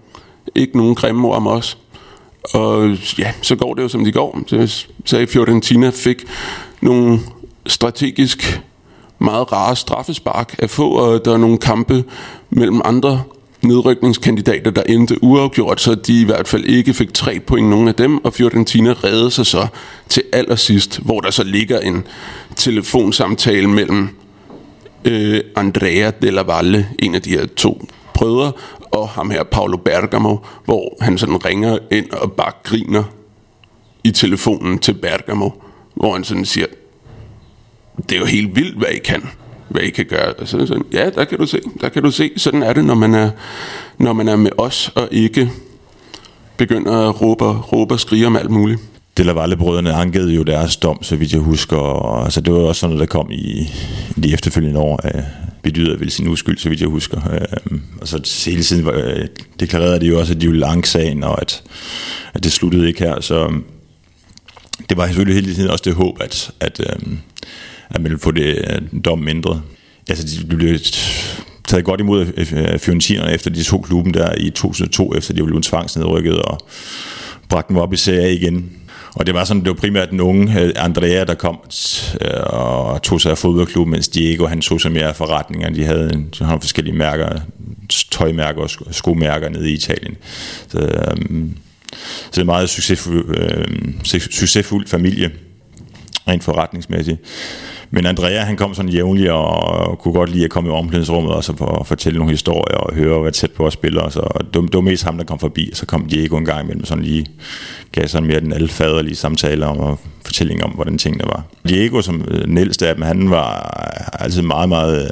ikke nogen grimme ord om os. Og ja, så går det jo som de går. Så sagde Fiorentina fik nogle strategisk meget rare straffespark at få, og der er nogle kampe mellem andre nedrykningskandidater, der endte uafgjort, så de i hvert fald ikke fik tre point nogen af dem, og Fiorentina reddede sig så til allersidst, hvor der så ligger en telefonsamtale mellem øh, Andrea Della Valle, en af de her to brødre, og ham her Paolo Bergamo, hvor han sådan ringer ind og bare griner i telefonen til Bergamo, hvor han sådan siger, det er jo helt vildt, hvad I kan, hvad I kan gøre. Og så sådan, ja, der kan du se, der kan du se, sådan er det, når man er, når man er med os, og ikke begynder at råbe, råbe og skrige om alt muligt. Della Valle-brødrene ankede jo deres dom, så vidt jeg husker, og altså, det var også sådan noget, der kom i, i de efterfølgende år. Øh, bedyrede vel sin uskyld, så vidt jeg husker. Øh, og så hele tiden øh, deklarerede de jo også, at de ville anke sagen, og at, at det sluttede ikke her, så det var selvfølgelig hele tiden også det håb, at, at, øh, at man ville få det dom mindre. Altså, de blev taget godt imod af Fiorentinerne efter de to klubben der i to tusind og to, efter de blev tvangsnedrykket og bragte dem op i Serie A igen. Og det var sådan, det var primært den unge Andrea, der kom og tog sig af fodboldklubben, mens Diego, han tog sig mere af forretninger. De havde, de havde forskellige mærker, tøjmærker og skomærker nede i Italien. Så, øhm, så det er en meget succesfuld, øhm, succesfuld familie, rent forretningsmæssigt. Men Andrea, han kom sådan jævnligt og kunne godt lide at komme i omklædningsrummet og så for at fortælle nogle historier og høre og være tæt på os spillere. Så det, det var mest ham, der kom forbi, og så kom Diego en gang imellem sådan lige gav sådan mere den alfaderlige samtale om og fortælling om, hvordan tingene var. Diego, som den ældste af dem, han var altid meget, meget...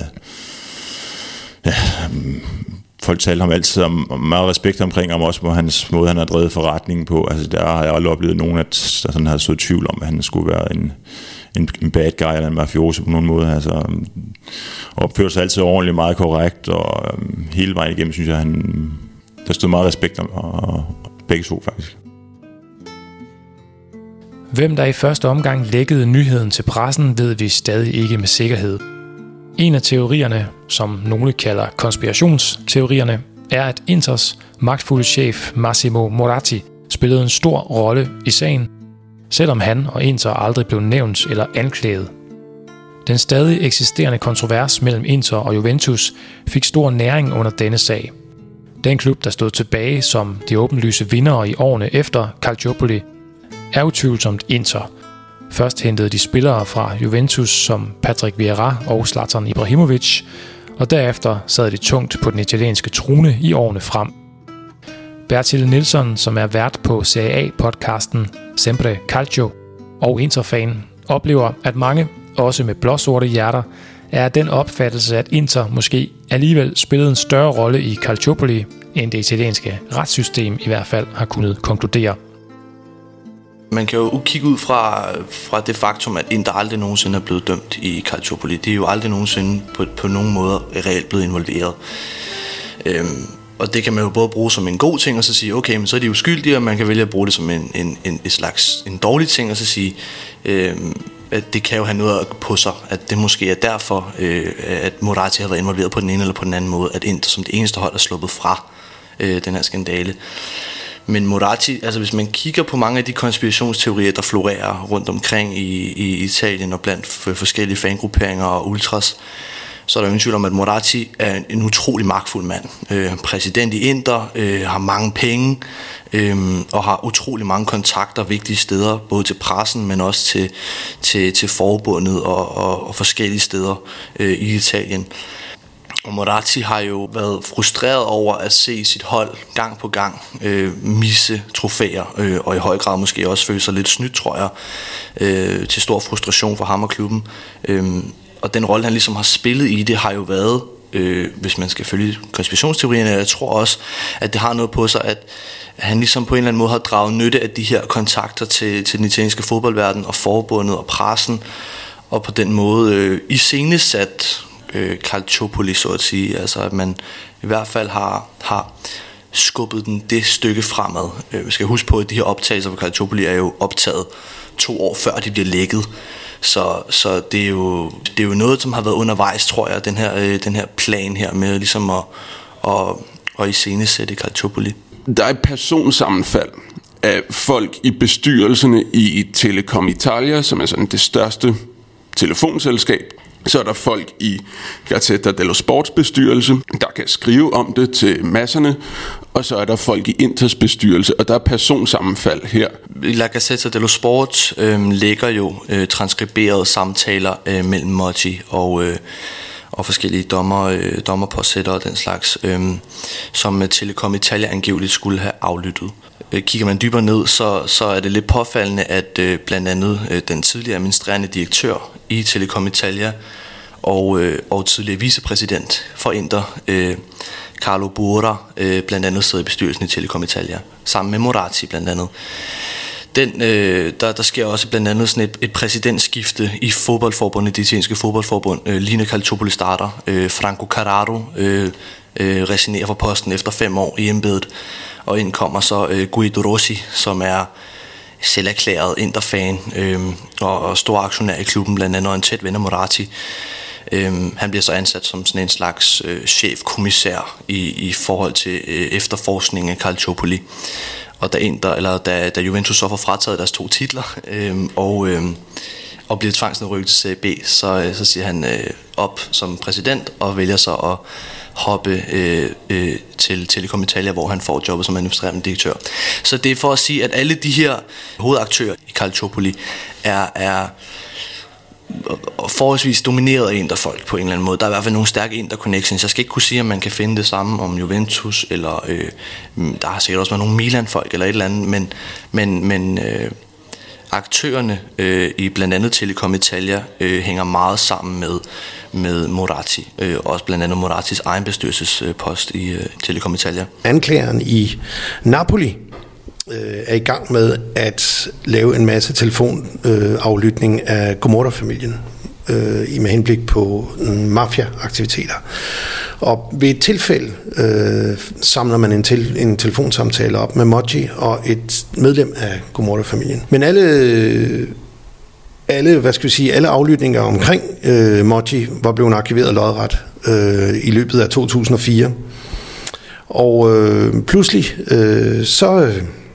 Ja, folk talte ham altid om, om meget respekt omkring ham, også på hans måde, han har drevet forretningen på. Altså, der har jeg aldrig oplevet nogen, at der sådan har stået tvivl om, at han skulle være en... En, en bad guy eller en mafioso på nogen måde. Altså, opførte sig altid ordentligt, meget korrekt, og um, hele vejen igennem, synes jeg, han, der stod meget respekt om, og, og begge to faktisk. Hvem der i første omgang lækkede nyheden til pressen, ved vi stadig ikke med sikkerhed. En af teorierne, som nogle kalder konspirationsteorierne, er, at Inters magtfulde chef Massimo Moratti spillede en stor rolle i sagen, selvom han og Inter aldrig blev nævnt eller anklaget. Den stadig eksisterende kontrovers mellem Inter og Juventus fik stor næring under denne sag. Den klub, der stod tilbage som de åbenlyse vindere i årene efter Calciopoli, er utvivlsomt Inter. Først hentede de spillere fra Juventus som Patrick Vieira og Zlatan Ibrahimovic, og derefter sad de tungt på den italienske trone i årene frem. Bertil Nilsson, som er vært på Serie A-podcasten Sempre Calcio og Inter-fan, oplever, at mange, også med blåsorte hjerter, er den opfattelse, at Inter måske alligevel spillede en større rolle i Calciopoli, end det italienske retssystem i hvert fald har kunnet konkludere. Man kan jo kigge ud fra, fra det faktum, at Inter aldrig nogensinde er blevet dømt i Calciopoli. Det er jo aldrig nogensinde på, på nogen måde reelt blevet involveret. Øhm, Og det kan man jo både bruge som en god ting, og så sige, okay, men så er de uskyldige, og man kan vælge at bruge det som en, en, en, en slags en dårlig ting, og så sige, øh, at det kan jo have noget på sig, at det måske er derfor, øh, at Moratti har været involveret på den ene eller på den anden måde, at Inter som det eneste hold er sluppet fra øh, den her skandale. Men Moratti, altså hvis man kigger på mange af de konspirationsteorier, der florerer rundt omkring i, i Italien og blandt forskellige fangrupperinger og ultras, så er der ingen tvivl om, at Moratti er en utrolig magtfuld mand. Øh, præsident i Inter, øh, har mange penge øh, og har utrolig mange kontakter vigtige steder, både til pressen, men også til, til, til forbundet og, og, og forskellige steder øh, i Italien. Og Moratti har jo været frustreret over at se sit hold gang på gang øh, misse trofæer, øh, og i høj grad måske også føle sig lidt snydt, tror jeg, øh, til stor frustration for ham og klubben. Øh, Og den rolle, han ligesom har spillet i det, har jo været, øh, hvis man skal følge konspirationsteorierne, jeg tror også, at det har noget på sig, at han ligesom på en eller anden måde har draget nytte af de her kontakter til, til den italienske fodboldverden og forbundet og pressen, og på den måde øh, iscenesat øh, Calciopoli, så at sige. Altså at man i hvert fald har, har skubbet den det stykke fremad. Øh, vi skal huske på, at de her optagelser for Calciopoli er jo optaget to år før de bliver lækket. Så, så det, er jo, det er jo noget, som har været undervejs, tror jeg, den her, øh, den her plan her med ligesom at, at, at iscenesætte Calciopoli. Der er et personsammenfald af folk i bestyrelserne i Telecom Italia, som er sådan det største telefonselskab. Så er der folk i Gazzetta dello Sports bestyrelse, der kan skrive om det til masserne. Og så er der folk i Inters bestyrelse, og der er personsammenfald her. La Gazzetta dello Sport øh, lægger jo øh, transkriberede samtaler øh, mellem Motti og, øh, og forskellige dommer, øh, dommerpåsætter og den slags, øh, som Telecom Italia angiveligt skulle have aflyttet. Øh, kigger man dybere ned, så, så er det lidt påfaldende, at øh, blandt andet øh, den tidligere administrerende direktør i Telecom Italia og, øh, og tidligere vicepræsident for Inter, øh, Carlo Buora, øh, blandt andet sidder i bestyrelsen i Telecom Italia, sammen med Moratti blandt andet. Den, øh, der, der sker også blandt andet sådan et, et præsidentskifte i fodboldforbundet, det italienske fodboldforbund. Øh, Line Calciopoli starter, øh, Franco Carraro øh, øh, resignerer fra posten efter fem år i embedet, og ind kommer så øh, Guido Rossi, som er selv erklæret Inter-fan øh, og, og stor aktionær i klubben, blandt andet og en tæt ven af Moratti. Øhm, han bliver så ansat som sådan en slags øh, chefkommissær i, i forhold til øh, efterforskning af Calciopoli. Og da, Inter, eller da, da Juventus så får frataget deres to titler øh, og, øh, og bliver tvangsnedrykket til Serie B, så, øh, så siger han øh, op som præsident og vælger så at hoppe øh, øh, til Telecom Italia, hvor han får jobbet som administrerende direktør. Så det er for at sige, at alle de her hovedaktører i Calciopoli er... er og forholdsvis domineret af Inter-folk på en eller anden måde. Der er i hvert fald nogle stærke Inter-connections. Jeg skal ikke kunne sige, at man kan finde det samme om Juventus, eller øh, der har sikkert også været nogle Milan-folk, eller et eller andet, men, men, men øh, aktørerne øh, i blandt andet Telecom Italia øh, hænger meget sammen med, med Moratti, øh, også blandt andet Morattis egen bestyrelsespost i øh, Telecom Italia. Anklageren i Napoli er i gang med at lave en masse telefonaflytning øh, af Gomorra-familien øh, med henblik på mafia-aktiviteter. Og ved et tilfælde øh, samler man en, til, en telefonsamtale op med Motti og et medlem af Gomorra-familien. Men alle, alle, hvad skal vi sige, alle aflytninger omkring øh, Motti var blevet arkiveret lodret øh, i løbet af to tusind og fire. Og øh, pludselig øh, så...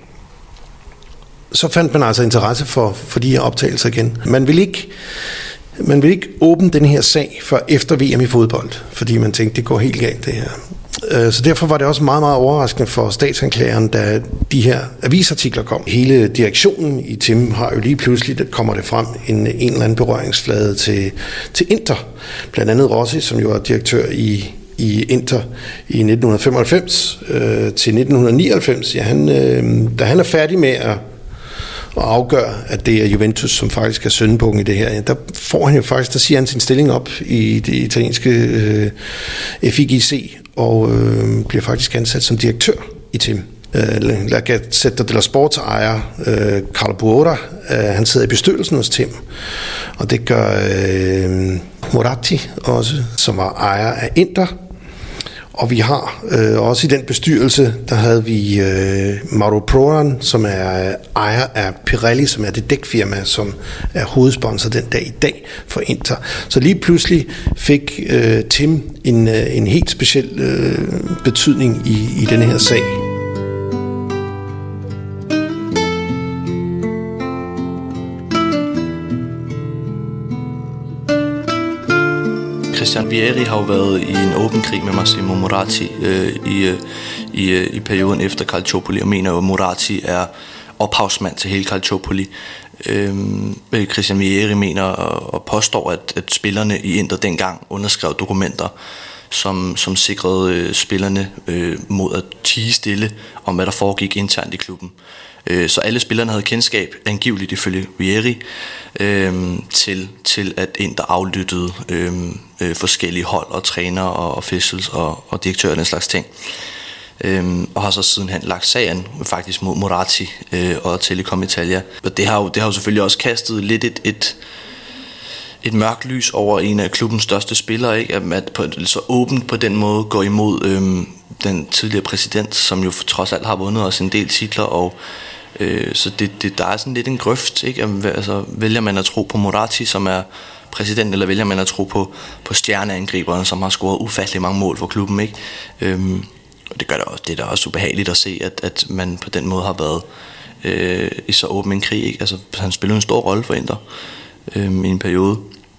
så fandt man altså interesse for, for de her optagelser igen. Man vil ikke, man vil ikke åbne den her sag for efter V M i fodbold, fordi man tænkte, det går helt galt det her. Så derfor var det også meget, meget overraskende for statsanklageren, da de her avisartikler kom. Hele direktionen i T I M har jo lige pludselig, der kommer det frem, en, en eller anden berøringsflade til, til Inter. Blandt andet Rossi, som jo var direktør i i Inter i nitten femoghalvfems øh, til nitten nioghalvfems. Ja, han, øh, da han er færdig med at og afgør, at det er Juventus, som faktisk er syndebukken i det her. Der får han jo faktisk, der siger han sin stilling op i det italienske øh, F I G C, og øh, bliver faktisk ansat som direktør i T I M. Øh, La Gazzetta dello Sport ejer øh, Carlo Buora, øh, han sidder i bestyrelsen hos T I M, og det gør øh, Moratti også, som var ejer af Inter. Og vi har øh, også i den bestyrelse, der havde vi øh, Mauro Proran, som er øh, ejer af Pirelli, som er det dækfirma, som er hovedsponsor den dag i dag for Inter. Så lige pludselig fik øh, Tim en, øh, en helt speciel øh, betydning i, i denne her sag. Christian Vieri har jo været i en åben krig med Massimo Moratti øh, i, øh, i, øh, i perioden efter Calciopoli, og mener jo, at Moratti er ophavsmand til hele Calciopoli. Øh, Christian Vieri mener og, og påstår, at, at spillerne i Inter dengang underskrev dokumenter, som, som sikrede øh, spillerne øh, mod at tie stille om, hvad der foregik internt i klubben. Så alle spillerne havde kendskab, angiveligt ifølge Vieri, øh, til, til at Inter aflyttede øh, øh, forskellige hold og træner og officials og, og direktører og den slags ting. Øh, og har så sidenhen lagt sagen faktisk mod Moratti øh, og Telecom Italia. Og det har jo, det har jo selvfølgelig også kastet lidt et, et, et mørkt lys over en af klubbens største spillere, ikke? At på, så åbent på den måde går imod øh, den tidligere præsident, som jo trods alt har vundet også en del titler, og øh, så det, det, der er sådan lidt en grøft, ikke? Altså, vælger man at tro på Moratti, som er præsident, eller vælger man at tro på, på stjerneangriberne, som har scoret ufattelig mange mål for klubben, ikke? Øhm, Og det gør det også, det er da også ubehageligt at se, at, at man på den måde har været øh, i så åben en krig, ikke? Altså, han spillede en stor rolle for Inter øh, i en periode.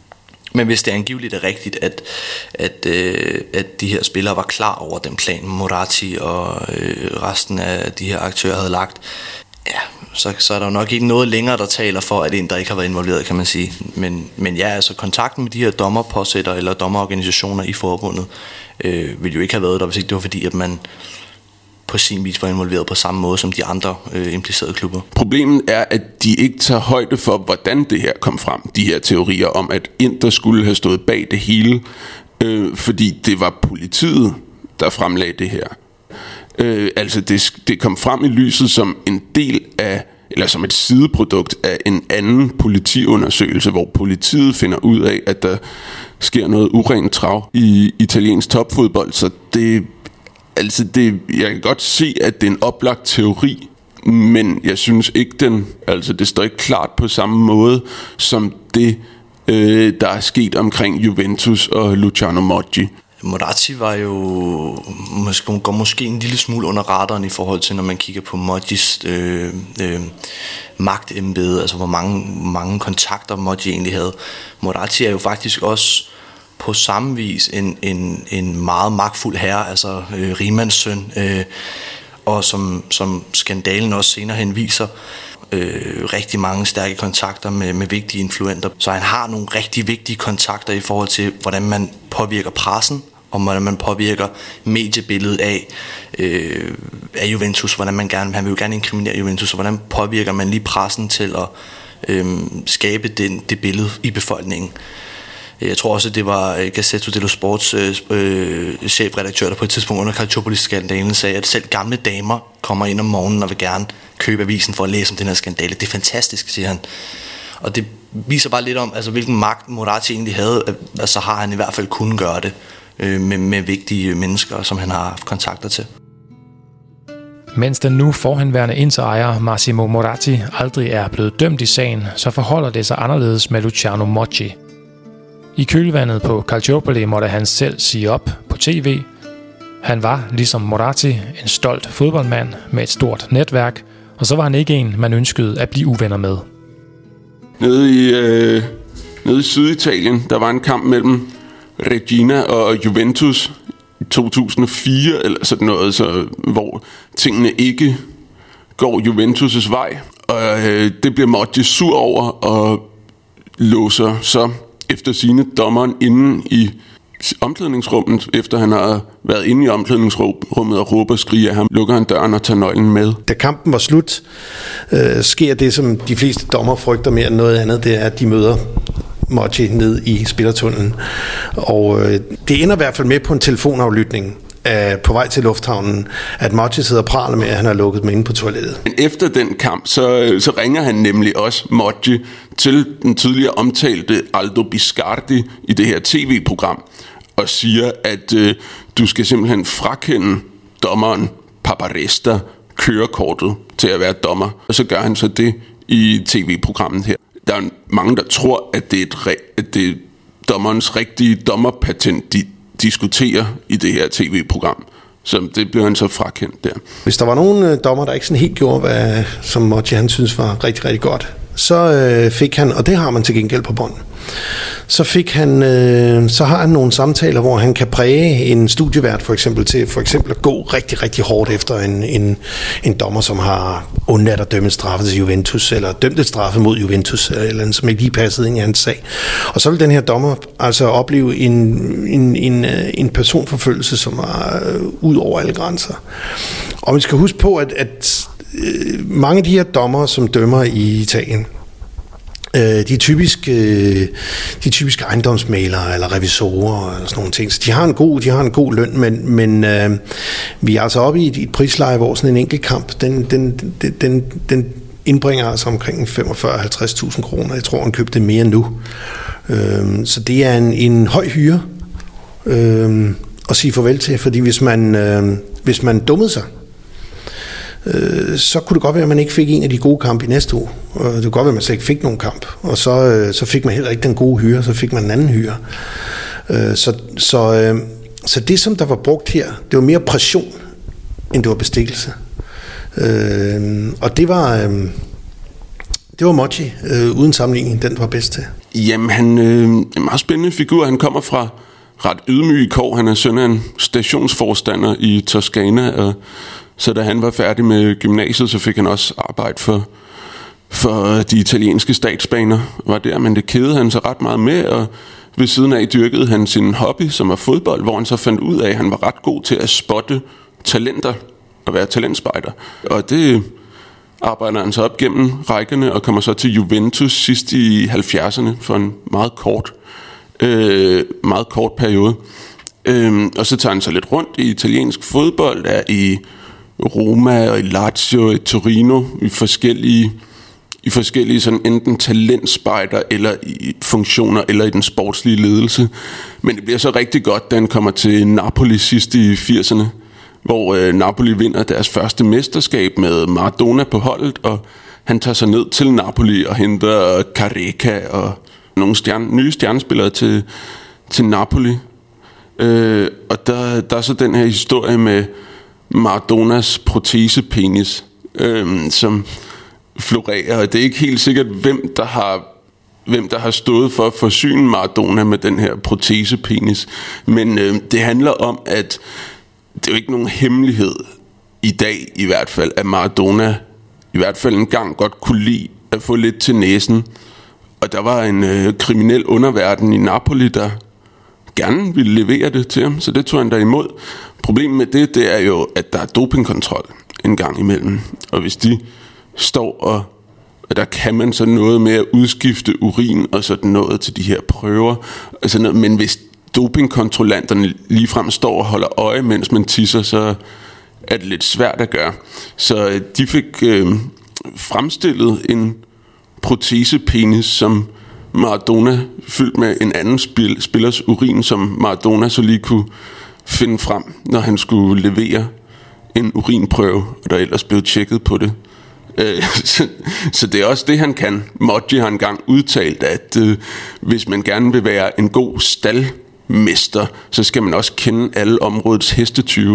Men hvis det angiveligt er rigtigt, at, at, øh, at de her spillere var klar over den plan, Moratti og øh, resten af de her aktører havde lagt, ja, så, så er der jo nok ikke noget længere, der taler for, at Inter ikke har været involveret, kan man sige. Men, men ja, altså kontakten med de her dommerpåsætter eller dommerorganisationer i forbundet øh, ville jo ikke have været der, hvis ikke det var fordi, at man på sin vis var involveret på samme måde som de andre øh, implicerede klubber. Problemet er, at de ikke tager højde for, hvordan det her kom frem. De her teorier om, at Inter skulle have stået bag det hele, øh, fordi det var politiet, der fremlagde det her. Øh, altså det, det kom frem i lyset som en del af, eller som et sideprodukt af en anden politiundersøgelse, hvor politiet finder ud af, at der sker noget urent trav i italiensk topfodbold. Så det, altså det, jeg kan godt se, at det er en oplagt teori, men jeg synes ikke, den, altså det står ikke klart på samme måde som det, øh, der er sket omkring Juventus og Luciano Moggi. Moratti var jo måske, går måske en lille smule under radaren i forhold til, når man kigger på Moggis øh, øh, magtembede, altså hvor mange, mange kontakter Moggi egentlig havde. Moratti er jo faktisk også på samme vis en, en, en meget magtfuld herre, altså øh, Riemanns søn, øh, og som, som skandalen også senere hen viser, Øh, rigtig mange stærke kontakter med, med vigtige influenter. Så han har nogle rigtig vigtige kontakter i forhold til, hvordan man påvirker pressen, og hvordan man påvirker mediebilledet af, øh, af Juventus, hvordan man gerne, han vil jo gerne inkriminere Juventus, og hvordan påvirker man lige pressen til at øh, skabe den, det billede i befolkningen. Jeg tror også, at det var Gazzetta dello Sports øh, chefredaktør, der på et tidspunkt under Calciopoli-skandalen sagde, at selv gamle damer kommer ind om morgenen og vil gerne købe avisen for at læse om den her skandale. Det er fantastisk, siger han. Og det viser bare lidt om, altså, hvilken magt Moratti egentlig havde. Altså har han i hvert fald kunnet gøre det øh, med, med vigtige mennesker, som han har haft kontakter til. Mens den nu forhenværende Inter-ejer Massimo Moratti aldrig er blevet dømt i sagen, så forholder det sig anderledes med Luciano Moggi. I kølvandet på Calciopoli måtte han selv sige op på tv. Han var, ligesom Moratti, en stolt fodboldmand med et stort netværk, og så var han ikke en, man ønskede at blive uvenner med. Nede i, øh, nede i Syditalien, der var en kamp mellem Regina og Juventus i to tusind og fire, eller sådan noget, så, hvor tingene ikke går Juventus' vej. Og øh, det bliver Moggi sur over og låser så efter sine dommeren inde i omklædningsrummet, efter han har været inde i omklædningsrummet og råber og skriger af ham, lukker han døren og tager nøglen med. Da kampen var slut, øh, sker det, som de fleste dommer frygter mere end noget andet, det er, at de møder Moggi ned i spillertunnelen. Og øh, det ender i hvert fald med på en telefonaflytning øh, på vej til lufthavnen, at Moggi sidder og praler med, at han har lukket mig inde på toilettet. Men efter den kamp, så, så ringer han nemlig også Moggi til den tidligere omtalte Aldo Biscardi i det her tv-program, og siger, at øh, du skal simpelthen frakende dommeren Paparesta kørekortet til at være dommer. Og så gør han så det i tv-programmet her. Der er mange, der tror, at det er, et re- at det er dommerens rigtige dommerpatent, de diskuterer i det her tv-program. Så det blev han så frakendt der. Hvis der var nogle øh, dommer, der ikke sådan helt gjorde, hvad som Moggi han synes var rigtig, rigtig godt, så øh, fik han, og det har man til gengæld på bånd, så fik han, øh, så har han nogle samtaler, hvor han kan præge en studievært for eksempel til for eksempel at gå rigtig, rigtig hårdt efter en, en, en dommer, som har undladt at dømme straffe til Juventus, eller dømt et straffe mod Juventus, eller, eller andet, som ikke lige passede ind i hans sag. Og så vil den her dommer altså opleve en, en, en, en personforfølgelse, som er øh, ud over alle grænser. Og man skal huske på, at, at mange af de her dommere, som dømmer i Italien, de er typisk, de er typisk ejendomsmælere eller revisorer eller sådan nogle ting. Så de har en god, de har en god løn, men, men øh, vi er altså oppe i et, et prisleje, hvor sådan en enkelt kamp, den, den, den, den indbringer altså omkring femogfyrre til halvtreds tusind kroner. Jeg tror, han købte mere nu. Øh, så det er en, en høj hyre øh, at sige farvel til, fordi hvis man, øh, hvis man dummede sig, så kunne det godt være, at man ikke fik en af de gode kampe i næste uge. Det kunne godt være, at man slet ikke fik nogen kamp. Og så, så fik man heller ikke den gode hyre, så fik man en anden hyre. Så, så, så det, som der var brugt her, det var mere pression, end det var bestikkelse. Øh, og det var, øh, det var Moggi, øh, uden sammenligning, den var bedst til. Jamen, han øh, er en meget spændende figur. Han kommer fra ret ydmyge kår. Han er søn af en stationsforstander i Toskana, og så da han var færdig med gymnasiet, så fik han også arbejde for, for de italienske statsbaner. Var der, men det kædede han så ret meget med, og ved siden af dyrkede han sin hobby, som var fodbold, hvor han så fandt ud af, at han var ret god til at spotte talenter og være talentspejder. Og det arbejder han så op gennem rækkerne og kommer så til Juventus sidst i halvfjerdserne for en meget kort, øh, meget kort periode. Øh, og så tager han så lidt rundt i italiensk fodbold, er i Roma og i Lazio og i Torino i forskellige i forskellige sådan enten talentspejder eller i funktioner eller i den sportslige ledelse. Men det bliver så rigtig godt, da han kommer til Napoli sidst i firserne, hvor øh, Napoli vinder deres første mesterskab med Maradona på holdet, og han tager sig ned til Napoli og henter Careca og nogle stjerne, nye stjernespillere til, til Napoli. Øh, og der, der er så den her historie med Maradonas protesepenis, øh, som florerer, og det er ikke helt sikkert, hvem der har hvem der har stået for at forsyne Maradona med den her protesepenis. Men øh, det handler om, at det er jo ikke nogen hemmelighed i dag i hvert fald, at Maradona i hvert fald en gang godt kunne lide at få lidt til næsen. Og der var en øh, kriminel underverden i Napoli, der gerne ville levere det til ham, så det tog han der imod. Problemet med det, det er jo, at der er dopingkontrol en gang imellem. Og hvis de står og der kan man så noget med at udskifte urin og sådan noget til de her prøver og sådan noget. Men hvis dopingkontrollanterne ligefrem står og holder øje, mens man tisser, så er det lidt svært at gøre. Så de fik øh, fremstillet en protesepenis, som Maradona fyldt med en anden spil, spillers urin, som Maradona så lige kunne finde frem, når han skulle levere en urinprøve, og der ellers blev tjekket på det. Så, så det er også det, han kan. Moggi har engang udtalt, at øh, hvis man gerne vil være en god staldmester, så skal man også kende alle områdets hestetyve.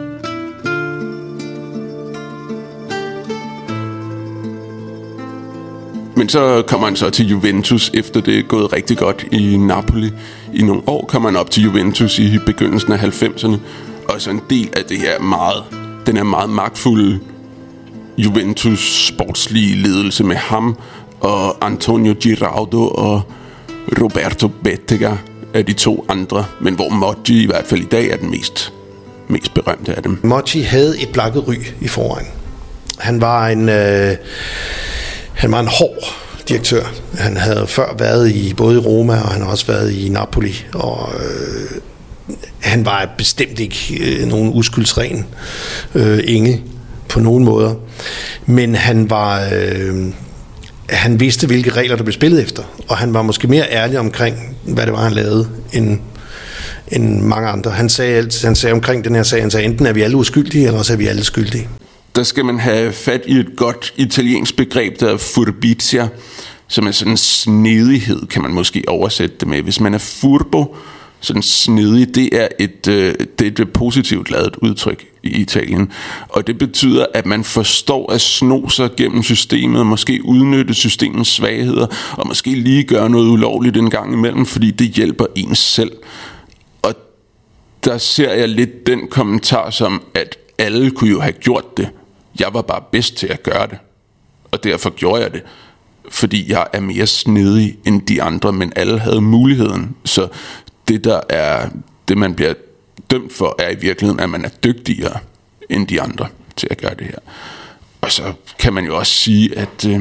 Men så kommer han så til Juventus, efter det er gået rigtig godt i Napoli. I nogle år kommer han op til Juventus i begyndelsen af halvfemserne, og så en del af det her meget, den er meget magtfulde Juventus sportslige ledelse med ham og Antonio Giraudo og Roberto Bettega er de to andre, men hvor Moggi i hvert fald i dag er den mest, mest berømte af dem. Moggi havde et blakket ry i forvejen. Han var en, øh, han var en hård direktør. Han havde før været i både i Roma, og han har også været i Napoli, og øh, han var bestemt ikke øh, nogen uskyldsren øh, engel på nogen måder. Men han var øh, han vidste, hvilke regler der blev spillet efter, og han var måske mere ærlig omkring, hvad det var, han lavede, end, end mange andre. Han sagde, alt, han sagde omkring den her sag, han sagde, enten er vi alle uskyldige, eller også er vi alle skyldige. Der skal man have fat i et godt italiensk begreb, der er furbizia, som er sådan en snedighed, kan man måske oversætte det med. Hvis man er furbo, sådan snedig, det er et, øh, det er et positivt ladet udtryk i Italien. Og det betyder, at man forstår at sno sig gennem systemet, og måske udnytte systemets svagheder, og måske lige gøre noget ulovligt en gang imellem, fordi det hjælper en selv. Og der ser jeg lidt den kommentar som, at alle kunne jo have gjort det. Jeg var bare bedst til at gøre det. Og derfor gjorde jeg det. Fordi jeg er mere snedig end de andre, men alle havde muligheden. Så det, der er, det man bliver dømt for, er i virkeligheden, at man er dygtigere end de andre til at gøre det her. Og så kan man jo også sige, at øh,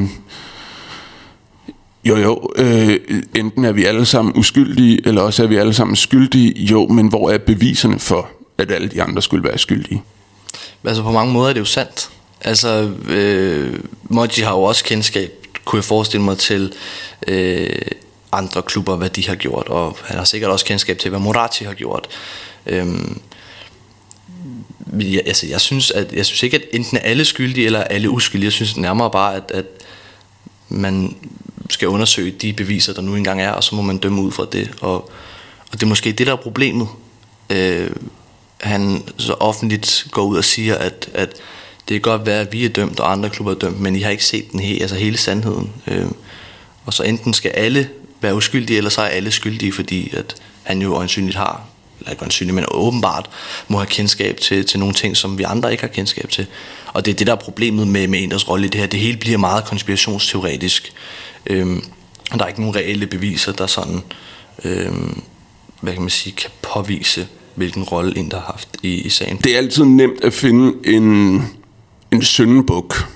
jo jo, øh, enten er vi alle sammen uskyldige, eller også er vi alle sammen skyldige. Jo, men hvor er beviserne for, at alle de andre skulle være skyldige? Altså på mange måder er det jo sandt. Altså øh, Moggi har jo også kendskab, kunne jeg forestille mig, til øh, andre klubber, hvad de har gjort, og han har sikkert også kendskab til, hvad Moratti har gjort. Øhm, jeg, altså, jeg synes, at jeg synes ikke, at enten er alle skyldige eller alle uskyldige. Jeg synes nærmere bare, at, at man skal undersøge de beviser, der nu engang er, og så må man dømme ud fra det. Og, og det er måske det, der er problemet. Øh, han så offentligt går ud og siger, at, at det kan godt være, at vi er dømt, og andre klubber er dømt, men I har ikke set den he- altså hele sandheden. Øh, og så enten skal alle være uskyldige, eller så er alle skyldige, fordi at han jo øjensynligt har, eller ikke øjensynligt, men åbenbart må have kendskab til, til nogle ting, som vi andre ikke har kendskab til. Og det er det, der er problemet med, med Inders rolle i det her. Det hele bliver meget konspirationsteoretisk. Øhm, og der er ikke nogen reelle beviser, der sådan, øhm, hvad kan man sige, kan påvise, hvilken rolle Inder har haft i, i sagen. Det er altid nemt at finde en, en syndebuk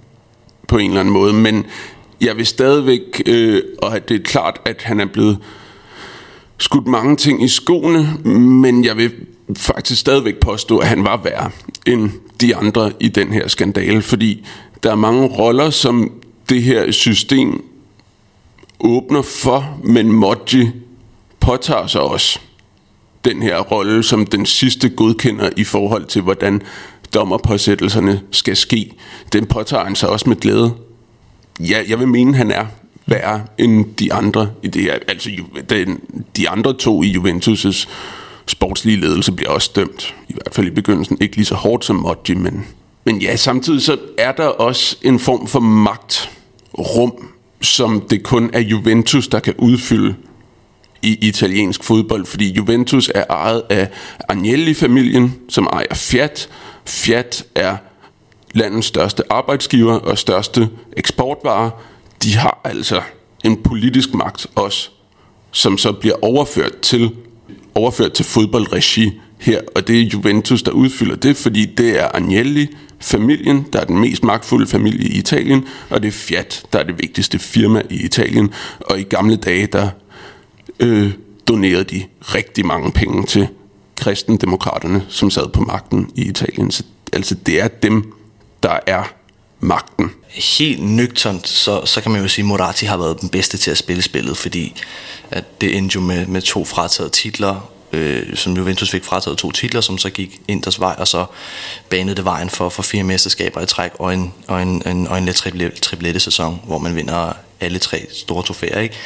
på en eller anden måde, men jeg vil stadigvæk, øh, og det er klart, at han er blevet skudt mange ting i skoene, men jeg vil faktisk stadigvæk påstå, at han var værre end de andre i den her skandale, fordi der er mange roller, som det her system åbner for, men Moggi påtager sig også den her rolle som den sidste godkender i forhold til, hvordan dommerpåsættelserne skal ske. Den påtager han sig også med glæde. Ja, jeg vil mene, han er værre end de andre i det her. Altså, den, de andre to i Juventus' sportslige ledelse bliver også dømt. I hvert fald i begyndelsen. Ikke lige så hårdt som Moggi, men, men ja, samtidig så er der også en form for magtrum, som det kun er Juventus, der kan udfylde i italiensk fodbold, fordi Juventus er ejet af Agnelli-familien, som ejer Fiat. Fiat er landets største arbejdsgiver og største eksportvare. De har altså en politisk magt også, som så bliver overført til, overført til fodboldregi her, og det er Juventus, der udfylder det, fordi det er Agnelli-familien, der er den mest magtfulde familie i Italien, og det er Fiat, der er det vigtigste firma i Italien, og i gamle dage, der øh, donerede de rigtig mange penge til kristendemokraterne, som sad på magten i Italien. Så, altså det er dem, der er magten. Helt nøgternt, så, så kan man jo sige, at Moratti har været den bedste til at spille spillet, fordi at det endte jo med, med to frataget titler, øh, som Juventus fik frataget to titler, som så gik Inters vej, og så banede det vejen for, for fire mesterskaber i træk, og en, og en, en, og en let triplette sæson, hvor man vinder alle tre store trofæer, ikke?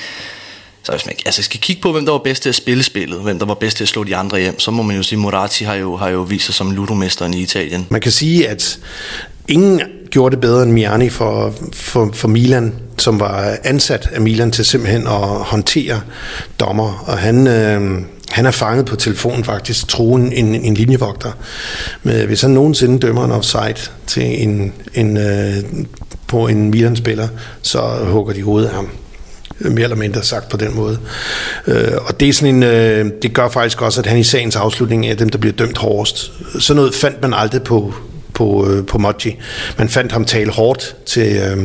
Så hvis man altså skal kigge på, hvem der var bedst til at spille spillet, hvem der var bedst til at slå de andre hjem, så må man jo sige, at Moratti har jo, har jo vist sig som ludomesteren i Italien. Man kan sige, at ingen gjorde det bedre end Miani for, for, for Milan, som var ansat af Milan til simpelthen at håndtere dommer, og han, øh, han er fanget på telefonen faktisk, troen en, en linjevogter. Men hvis han nogensinde dømmer en offside til en, en, øh, på en Milan-spiller, så hugger de hovedet af ham. Mere eller mindre sagt på den måde. Øh, og det er sådan en, øh, det gør faktisk også, at han i sagens afslutning er dem, der bliver dømt hårdest. Sådan noget fandt man aldrig på, på, øh, på Moggi. Man fandt ham tale hårdt til, øh,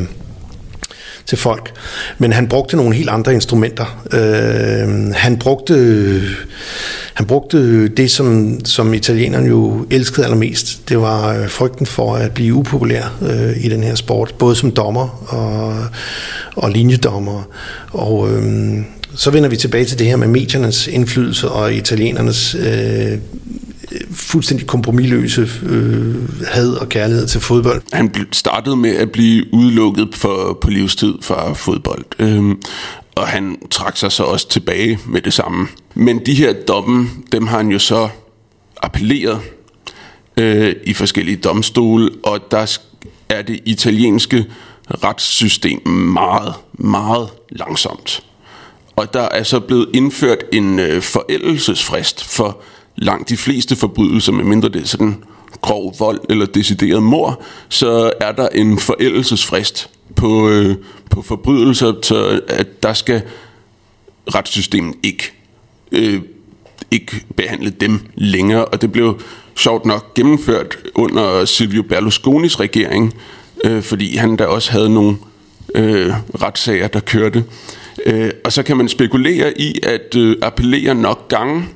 til folk. Men han brugte nogle helt andre instrumenter. Øh, han brugte han brugte det, som, som italienerne jo elskede allermest. Det var frygten for at blive upopulær øh, i den her sport. Både som dommer og, og linjedommer. Og øh, så vender vi tilbage til det her med mediernes indflydelse og italienernes øh, fuldstændig kompromisløse øh, had og kærlighed til fodbold. Han startede med at blive udelukket for, på livstid fra fodbold, øhm, og han trak sig så også tilbage med det samme. Men de her domme, dem har han jo så appelleret øh, i forskellige domstole, og der er det italienske retssystem meget, meget langsomt. Og der er så blevet indført en øh, forældelsesfrist for langt de fleste forbrydelser, medmindre det er sådan grov vold eller decideret mord, så er der en forældelsesfrist på, øh, på forbrydelser, så at der skal retssystemet ikke, øh, ikke behandle dem længere. Og det blev sjovt nok gennemført under Silvio Berlusconis regering, øh, fordi han der også havde nogle øh, retssager, der kørte. Øh, og så kan man spekulere i at øh, appellere nok gange,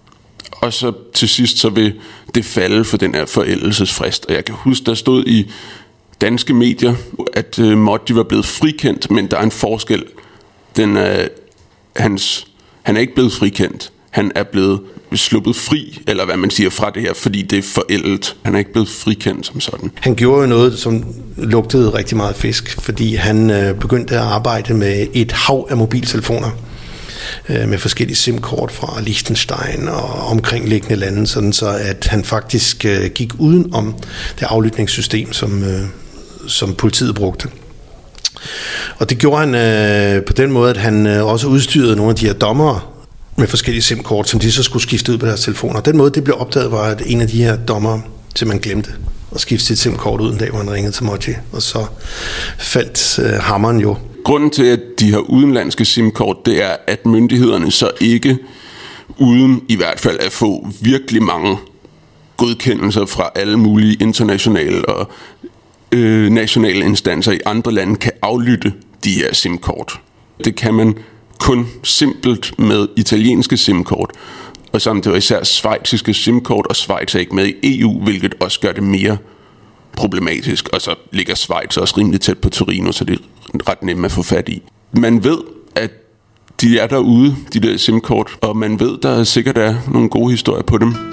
og så til sidst så vil det falde for den her forældelsesfrist. Og jeg kan huske, der stod i danske medier, at uh, Moggi var blevet frikendt, men der er en forskel. Den er, hans, han er ikke blevet frikendt. Han er blevet sluppet fri, eller hvad man siger, fra det her, fordi det er forældet. Han er ikke blevet frikendt som sådan. Han gjorde jo noget, som lugtede rigtig meget fisk, fordi han øh, begyndte at arbejde med et hav af mobiltelefoner. øh, med forskellige SIM-kort fra Liechtenstein og omkringliggende lande, sådan så at han faktisk øh, gik uden om det aflytningssystem, som, øh, som politiet brugte. Og det gjorde han øh, på den måde, at han øh, også udstyrede nogle af de her dommere med forskellige SIM-kort, som de så skulle skifte ud på deres telefoner. Den måde, det blev opdaget, var, at en af de her dommere simpelthen glemte at skifte sit SIM-kort ud en dag, hvor han ringede til Moji, og så faldt øh, hammeren jo. Grunden til, at de her udenlandske SIM-kort, det er, at myndighederne så ikke, uden i hvert fald at få virkelig mange godkendelser fra alle mulige internationale og øh, nationale instanser i andre lande, kan aflytte de her SIM-kort. Det kan man kun simpelt med italienske SIM-kort, og samt det var især schweiziske SIM-kort, og Schweiz er ikke med i E U, hvilket også gør det mere problematisk, og så ligger Schweiz også rimelig tæt på Torino, så det er ret nemt at få fat i. Man ved, at de er derude, de der SIM-kort, og man ved, der sikkert er nogle gode historier på dem.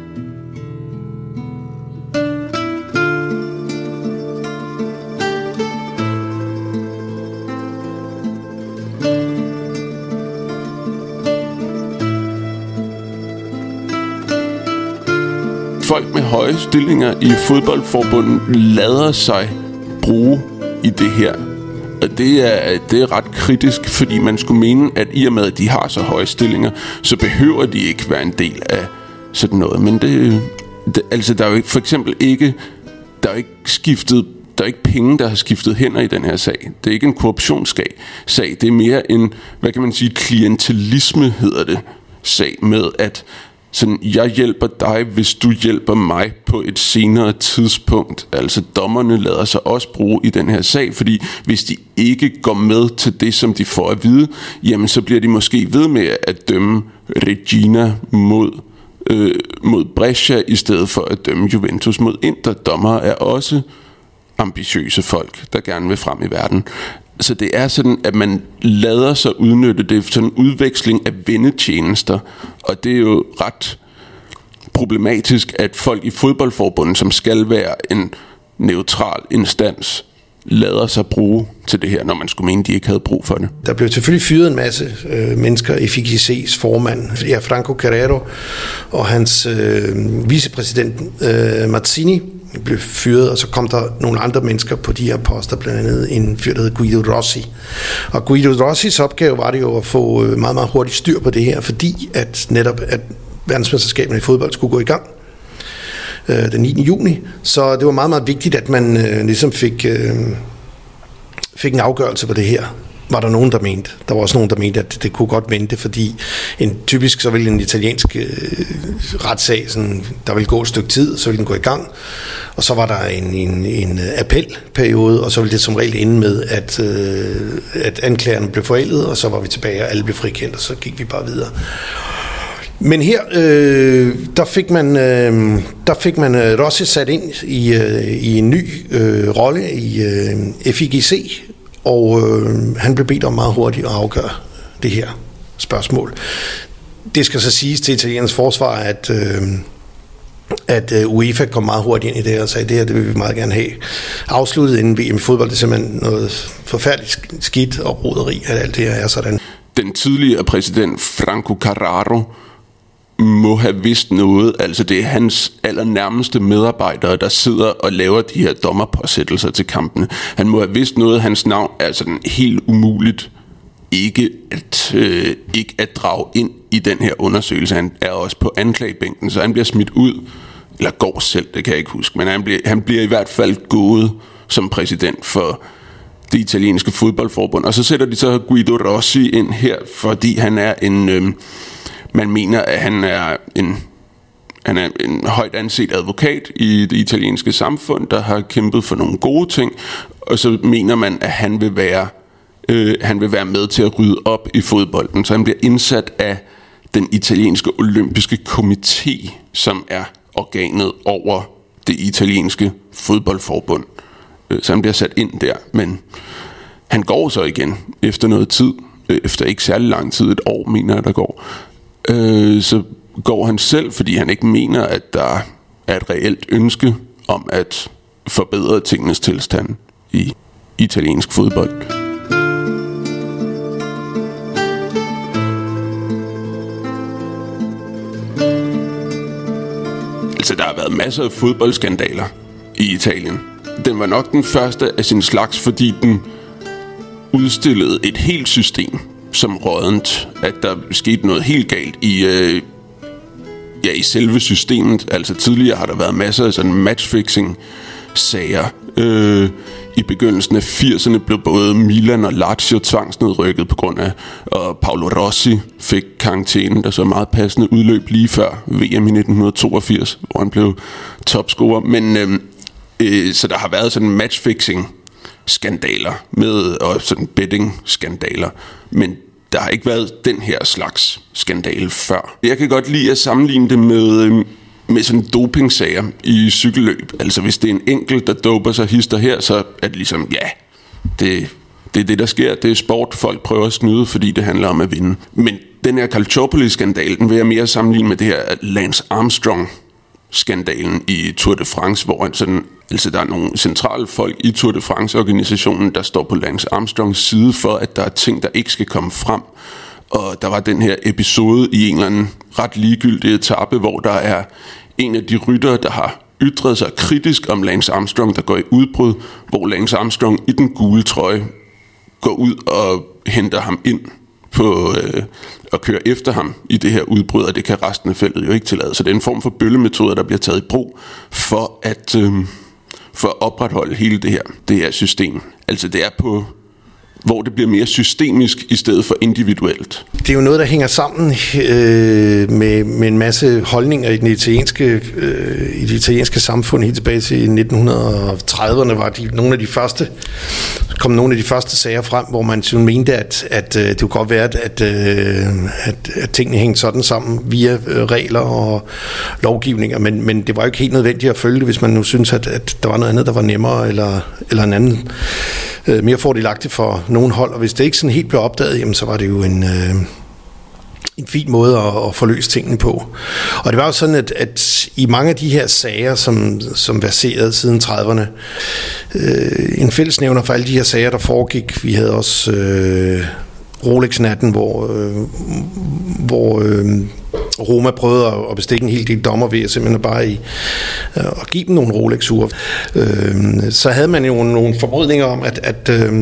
Folk med høje stillinger i fodboldforbundet lader sig bruge i det her. Og det er, det er ret kritisk, fordi man skulle mene, at i og med, at de har så høje stillinger, så behøver de ikke være en del af sådan noget. Men det, det altså der er jo for eksempel ikke, der er jo ikke skiftet, der er ikke penge, der har skiftet hænder i den her sag. Det er ikke en korruptionssag. Sag, det er mere en, hvad kan man sige, klientelisme hedder det, sag med at sådan, jeg hjælper dig, hvis du hjælper mig på et senere tidspunkt. Altså dommerne lader sig også bruge i den her sag, fordi hvis de ikke går med til det, som de får at vide, jamen så bliver de måske ved med at dømme Regina mod, øh, mod Brescia, i stedet for at dømme Juventus mod Inter. Dommere er også ambitiøse folk, der gerne vil frem i verden. Så det er sådan, at man lader sig udnytte det, sådan en udveksling af vennetjenester, og det er jo ret problematisk, at folk i fodboldforbundet, som skal være en neutral instans, lader sig bruge til det her, når man skulle mene, de ikke havde brug for det. Der blev selvfølgelig fyret en masse øh, mennesker. F I G C's formand, ja, Franco Carrero, og hans øh, vicepræsident øh, Mazzini blev fyret, og så kom der nogle andre mennesker på de her poster, blandt andet en fyr, der hed Guido Rossi. Og Guido Rossis opgave var det jo at få meget, meget hurtigt styr på det her, fordi at netop at verdensmesterskaberne i fodbold skulle gå i gang øh, den niende juni. Så det var meget, meget vigtigt, at man øh, ligesom fik, øh, fik en afgørelse på det her. Var der nogen, der mente. Der var også nogen, der mente, at det kunne godt vente, fordi en, typisk så ville en italiensk øh, retssag, sådan, der ville gå et stykke tid, så ville den gå i gang, og så var der en, en, en appelperiode, og så ville det som regel ende med, at, øh, at anklagerne blev forældet, og så var vi tilbage, og alle blev frikendt, og så gik vi bare videre. Men her, øh, der fik man, øh, der fik man øh, Rossi sat ind i, øh, i en ny øh, rolle i øh, F I G C, og øh, han blev bedt om meget hurtigt at afgøre det her spørgsmål. Det skal så siges til italienernes forsvar, at, øh, at øh, UEFA kom meget hurtigt ind i det her og sagde, det her det vil vi meget gerne have afsluttet inden V M i fodbold. Det er simpelthen noget forfærdeligt skidt og roderi, at alt det her er sådan. Den tidligere præsident Franco Carraro må have vidst noget, altså det er hans allernærmeste medarbejdere, der sidder og laver de her dommerpåsættelser til kampene. Han må have vidst noget, hans navn er sådan helt umuligt ikke at, øh, ikke at drage ind i den her undersøgelse. Han er også på anklagebænken, så han bliver smidt ud, eller går selv, det kan jeg ikke huske, men han bliver, han bliver i hvert fald gået som præsident for det italienske fodboldforbund. Og så sætter de så Guido Rossi ind her, fordi han er en... Øh, Man mener, at han er en, han er en højt anset advokat i det italienske samfund, der har kæmpet for nogle gode ting, og så mener man, at han vil være, øh, han vil være med til at rydde op i fodbolden. Så han bliver indsat af den italienske olympiske komité, som er organet over det italienske fodboldforbund. Så han bliver sat ind der, men han går så igen efter noget tid, efter ikke særlig lang tid, et år mener jeg, der går. Øh, så går han selv, fordi han ikke mener, at der er et reelt ønske om at forbedre tingenes tilstand i italiensk fodbold. været masser af fodboldskandaler i Italien. Den var nok den første af sin slags, fordi den udstillede et helt system som rådent, at der skete noget helt galt i, øh, ja, i selve systemet. Altså tidligere har der været masser af sådan matchfixing-sager. Øh, I begyndelsen af firserne blev både Milan og Lazio tvangsnedrykket på grund af, og Paolo Rossi fik karantænen, der så meget passende udløb lige før V M i nitten toogfirs, hvor han blev topscorer. Men øh, øh, så der har været sådan matchfixing skandaler med, og sådan betting-skandaler, men der har ikke været den her slags skandale før. Jeg kan godt lide at sammenligne det med, med sådan dopingsager i cykelløb. Altså hvis det er en enkelt, der doper sig hister her, så er det ligesom, ja, det, det er det, der sker. Det er sport, folk prøver at snyde, fordi det handler om at vinde. Men den her Calciopoli-skandal, den vil jeg mere sammenligne med det her Lance Armstrong-skandalen i Tour de France, hvor sådan, altså der er nogle centrale folk i Tour de France-organisationen, der står på Lance Armstrongs side for, at der er ting, der ikke skal komme frem. Og der var den her episode i en eller anden ret ligegyldig etape, hvor der er en af de ryttere, der har ytret sig kritisk om Lance Armstrong, der går i udbrud, hvor Lance Armstrong i den gule trøje går ud og henter ham ind på øh, og kører efter ham i det her udbrud, og det kan resten af feltet jo ikke tillade. Så det er en form for bøllemetoder, der bliver taget i brug for at, øh, for at opretholde hele det her, det her system. Altså det er på, hvor det bliver mere systemisk i stedet for individuelt. Det er jo noget, der hænger sammen øh, med, med en masse holdninger i, den italienske, øh, i det italienske samfund. Helt tilbage til nitten trediverne var de, nogle af de første, kom nogle af de første sager frem, hvor man sådan mente, at, at øh, det kunne godt være, at, at, at, at tingene hængte sådan sammen via øh, regler og lovgivninger, men, men det var jo ikke helt nødvendigt at følge det, hvis man nu synes, at, at der var noget andet, der var nemmere, eller, eller en anden øh, mere fordelagtigt for nogen hold, og hvis det ikke sådan helt blev opdaget, jamen, så var det jo en, øh, en fin måde at, at forløse tingene på. Og det var jo sådan, at, at i mange af de her sager, som, som verserede siden trediverne, øh, en fællesnævner for alle de her sager, der foregik, vi havde også øh, Rolex-natten, hvor, øh, hvor øh, Roma prøvede at bestikke en hel del dommer ved at simpelthen bare i, øh, at give dem nogle Rolex-ure. Øh, så havde man jo nogle forbrydninger om, at, at øh,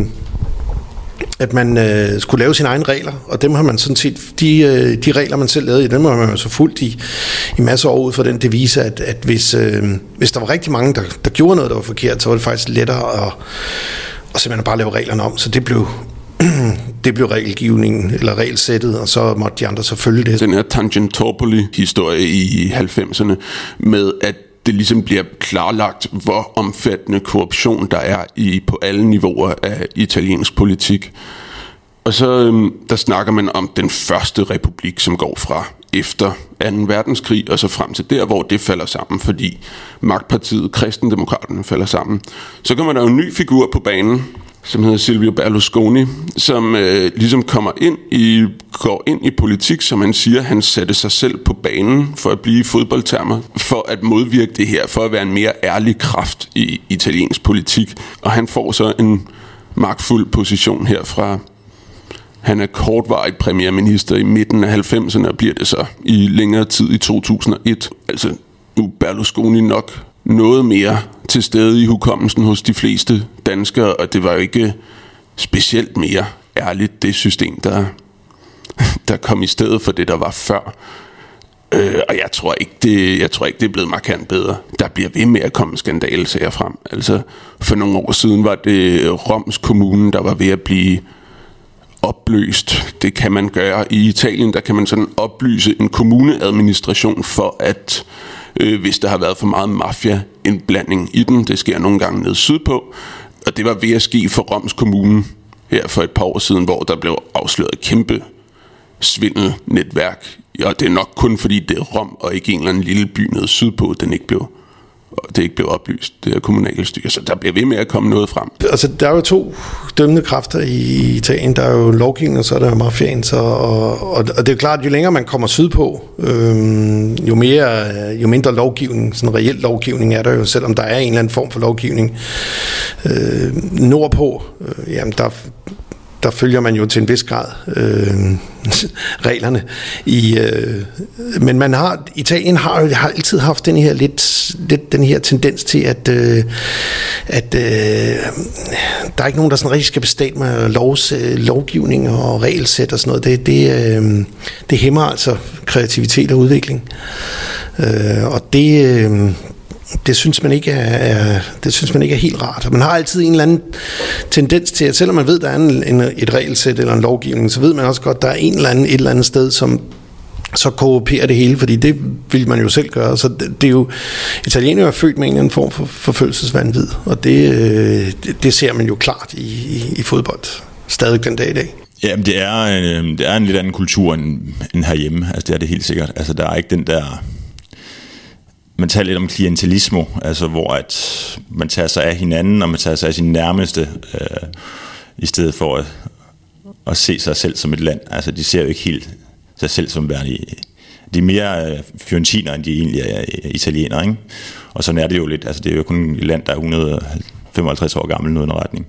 at man øh, skulle lave sine egne regler, og dem har man sådan set, de, øh, de regler, man selv lavede, dem har man jo så fulgt i, i masser af år ud for den devise, at, at hvis, øh, hvis der var rigtig mange, der, der gjorde noget, der var forkert, så var det faktisk lettere at, at simpelthen bare lave reglerne om, så det blev, det blev regelgivningen, eller regelsættet, og så måtte de andre så følge det. Den her Tangentopoli-historie i halvfemserne, med at det ligesom bliver klarlagt, hvor omfattende korruption der er i på alle niveauer af italiensk politik. Og så øhm, der snakker man om den første republik, som går fra efter anden verdenskrig, og så frem til der, hvor det falder sammen, fordi magtpartiet Kristendemokraterne falder sammen. Så kommer der jo en ny figur på banen, som hedder Silvio Berlusconi, som øh, ligesom kommer ind i, går ind i politik, som han siger, han satte sig selv på banen for at blive fodboldtermer, for at modvirke det her, for at være en mere ærlig kraft i italiensk politik. Og han får så en magtfuld position herfra. Han er kortvarigt premierminister i midten af halvfemserne, og bliver det så i længere tid i to tusind og et. Altså nu Berlusconi nok noget mere til stede i hukommelsen hos de fleste danskere, og det var jo ikke specielt mere ærligt, det system, der, der kom i stedet for det, der var før. Øh, og jeg tror, ikke, det, jeg tror ikke, det er blevet markant bedre. Der bliver ved med at komme skandalesager frem. Altså, for nogle år siden var det Roms Kommune, der var ved at blive opløst. Det kan man gøre i Italien, der kan man sådan oplyse en kommuneadministration for at Øh, hvis der har været for meget mafia-indblanding i den. Det sker nogle gange ned sydpå. Og det var ved at ske for Roms Kommune her for et par år siden, hvor der blev afsløret et kæmpe svindelnetværk. Og det er nok kun fordi det er Rom og ikke en eller anden lille by nede sydpå, den ikke blev, det ikke blev oplyst. Det er kommunalstyre, så der bliver ved med at komme noget frem. Altså, der er jo to dømmende kræfter i Italien. Der er jo lovgivning, og så er der jo mafiaen. Så, og, og det er jo klart, at jo længere man kommer sydpå, øhm, jo, mere, jo mindre lovgivning, sådan reel lovgivning er der jo, selvom der er en eller anden form for lovgivning. Øh, nordpå, øh, jamen der, der følger man jo til en vis grad øh, reglerne. I, øh, men man har, Italien har jo har altid haft den her lidt, lidt den her tendens til, at, øh, at øh, der er ikke nogen, der sådan rigtig skal bestemme lovs, lovgivning og regelsæt og sådan noget. Det, det, øh, det hæmmer altså kreativitet og udvikling. Øh, og det... Øh, Det synes man ikke er, er det synes man ikke er helt rart. Man har altid en eller anden tendens til, at selvom man ved, at der er en, en, et regelsæt eller en lovgivning, så ved man også godt, at der er en eller anden, et eller andet sted, som så korrumperer det hele, fordi det vil man jo selv gøre. Så det, det er jo, italienere er født med en eller anden form for forfølgelsesvanvid, og det, det, det ser man jo klart i, i, i fodbold stadig den dag i dag. Jamen, det er, det er en lidt anden kultur end, end herhjemme. Altså, det er det helt sikkert. Altså, der er ikke den der... Man taler lidt om klientelismo, altså hvor at man tager sig af hinanden, og man tager sig af sin nærmeste, øh, i stedet for at, at se sig selv som et land. Altså, de ser jo ikke helt sig selv som værende. De er mere øh, fiorentiner, end de egentlig er italienere, ikke? Og sådan er det jo lidt. Altså, det er jo kun et land, der er et hundrede og femoghalvtreds år gammel, noget i retning.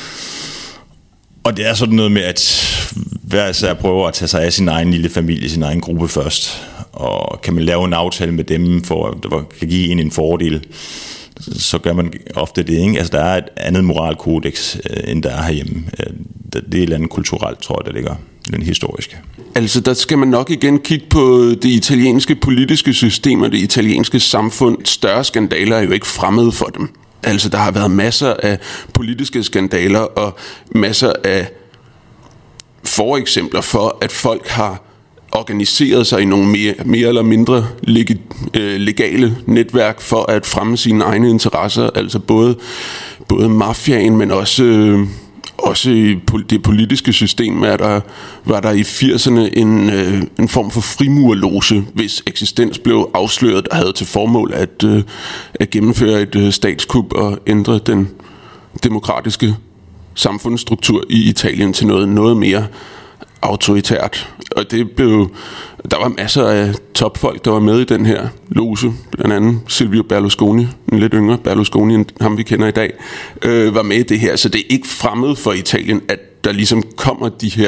Og det er sådan noget med, at hver især prøver at tage sig af sin egen lille familie, sin egen gruppe først. Og kan man lave en aftale med dem, for at der kan give en en fordel, så gør man ofte det, ikke? Altså, der er et andet moralkodex, øh, end der er herhjemme. Det er et eller andet kulturelt, tror jeg, der ligger, den historiske. Altså, der skal man nok igen kigge på det italienske politiske system og det italienske samfund. Større skandaler er jo ikke fremmede for dem. Altså, der har været masser af politiske skandaler og masser af foreksempler for, at folk har organiseret sig i nogle mere, mere eller mindre leg, øh, legale netværk for at fremme sine egne interesser. Altså både, både mafiaen, men også, øh, også i det politiske system er der, var der i firserne en, øh, en form for frimurloge, hvis eksistens blev afsløret, der havde til formål at, øh, at gennemføre et øh, statskup og ændre den demokratiske samfundsstruktur i Italien til noget, noget mere autoritært. Og det blev, der var masser af topfolk, der var med i den her loge, blandt andet Silvio Berlusconi, en lidt yngre Berlusconi end ham vi kender i dag, øh, var med i det her. Så det er ikke fremmed for Italien, at der ligesom kommer de her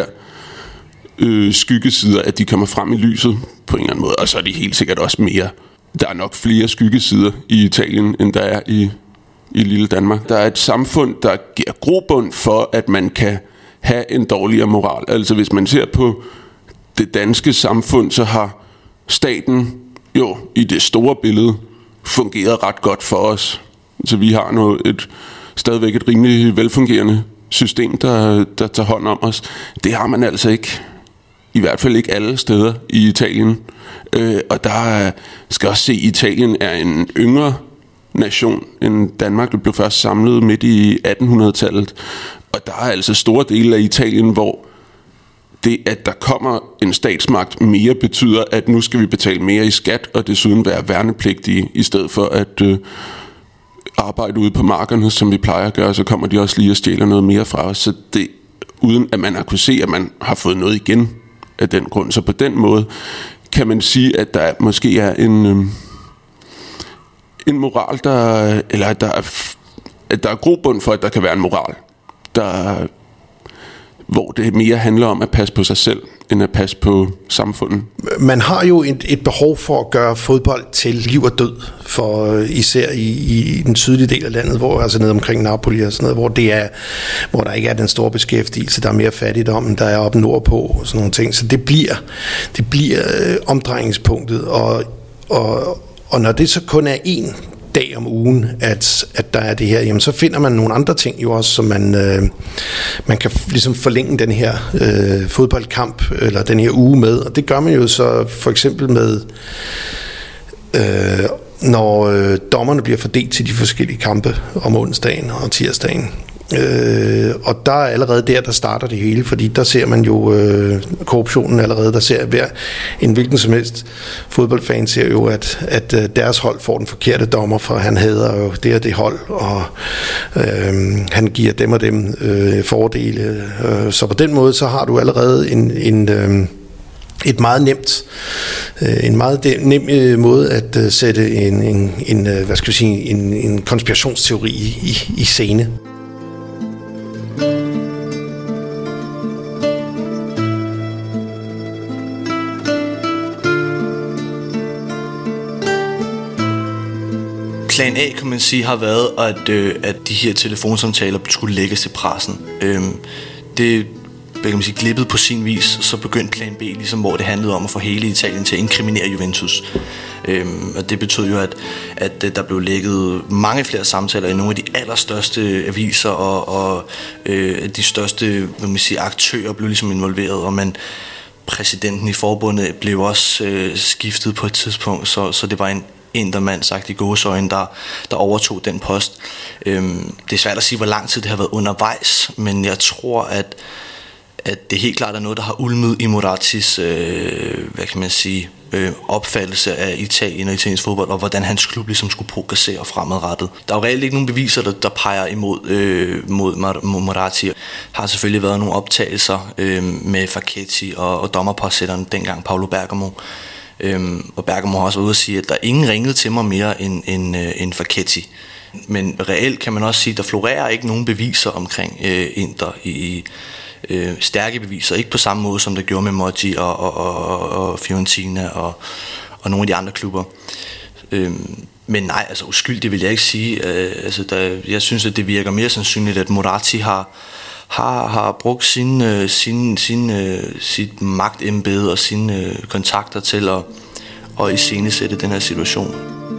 øh, skyggesider, at de kommer frem i lyset på en eller anden måde. Og så er de helt sikkert også mere. Der er nok flere skyggesider i Italien, end der er i, i lille Danmark. Der er et samfund, der giver grobund for, at man kan have en dårligere moral. Altså hvis man ser på det danske samfund, så har staten jo i det store billede fungeret ret godt for os. Så vi har nu et, stadigvæk et rimelig velfungerende system, der, der tager hånd om os. Det har man altså ikke. I hvert fald ikke alle steder i Italien. Øh, og der skal også se, at Italien er en yngre nation end Danmark. Det blev først samlet midt i attenhundredetallet. Og der er altså store dele af Italien, hvor det, at der kommer en statsmagt mere, betyder, at nu skal vi betale mere i skat, og desuden være værnepligtige, i stedet for at øh, arbejde ude på markerne, som vi plejer at gøre, så kommer de også lige og stjæler noget mere fra os. Så det, uden at man har kunne se, at man har fået noget igen af den grund. Så på den måde kan man sige, at der måske er en, øh, en moral, der, eller at der er, at der er grobund for, at der kan være en moral, der, hvor det mere handler om at passe på sig selv, end at passe på samfundet. Man har jo et, et behov for at gøre fodbold til liv og død, for især i, i den sydlige del af landet, hvor altså nede omkring Napoli og sådan noget, hvor det er, hvor der ikke er den store beskæftigelse, der er mere fattigdom, end der er oppe nordpå og sådan nogle ting. Så det bliver, det bliver øh, omdrejningspunktet, og, og, og når det så kun er én dag om ugen, at, at der er det her, jamen så finder man nogle andre ting jo også, som man, øh, man kan ligesom forlænge den her øh, fodboldkamp, eller den her uge med, og det gør man jo så for eksempel med, øh, når øh, dommerne bliver fordelt til de forskellige kampe om onsdagen og tirsdagen. Øh, og der er allerede der, der starter det hele, fordi der ser man jo øh, korruptionen allerede, der ser hver en hvilken som helst fodboldfan ser jo, at, at øh, deres hold får den forkerte dommer, for han hader jo det og det hold, og øh, han giver dem og dem øh, fordele. Øh, så på den måde, så har du allerede en, en øh, et meget nemt, en meget nem måde at sætte en, en, en hvad skal vi sige, en, en konspirationsteori i, i scene. plan A, kan man sige, har været, at, øh, at de her telefonsamtaler skulle lægges til pressen. Øh, det kan man sige, glippet på sin vis, så begyndte plan B, ligesom hvor det handlede om at få hele Italien til at inkriminere Juventus. Øhm, og det betød jo, at, at der blev lægget mange flere samtaler i nogle af de allerstørste aviser, og, og øh, de største, hvad man siger, aktører blev ligesom involveret, og man, præsidenten i forbundet blev også øh, skiftet på et tidspunkt, så, så det var en endermand, sagt i gåseøjne, der, der overtog den post. Øhm, det er svært at sige, hvor lang tid det har været undervejs, men jeg tror, at at det helt klart er noget, der har ulmet i Morattis, øh, hvad kan man sige, øh, opfattelse af Italien og italiensk fodbold, og hvordan hans klub ligesom skulle progressere fremadrettet. Der er jo reelt ikke nogen beviser, der, der peger imod øh, mod, mod Moratti. Der har selvfølgelig været nogle optagelser øh, med Facchetti og, og dommerpåsætteren dengang, Paolo Bergamo. Øh, og Bergamo har også været ude at sige, at der er ingen ringede til mig mere end, end, øh, end Facchetti. Men reelt kan man også sige, at der florerer ikke nogen beviser omkring øh, Inter i Øh, stærke beviser, ikke på samme måde som der gjorde med Moggi og, og, og, og Fiorentina og, og nogle af de andre klubber. Øh, men nej, altså uskyldig vil jeg ikke sige. Øh, altså, der, jeg synes, at det virker mere sandsynligt, at Moratti har, har, har brugt sin, øh, sin, sin, øh, sit magtembede og sine øh, kontakter til at, at iscenesætte den her situation.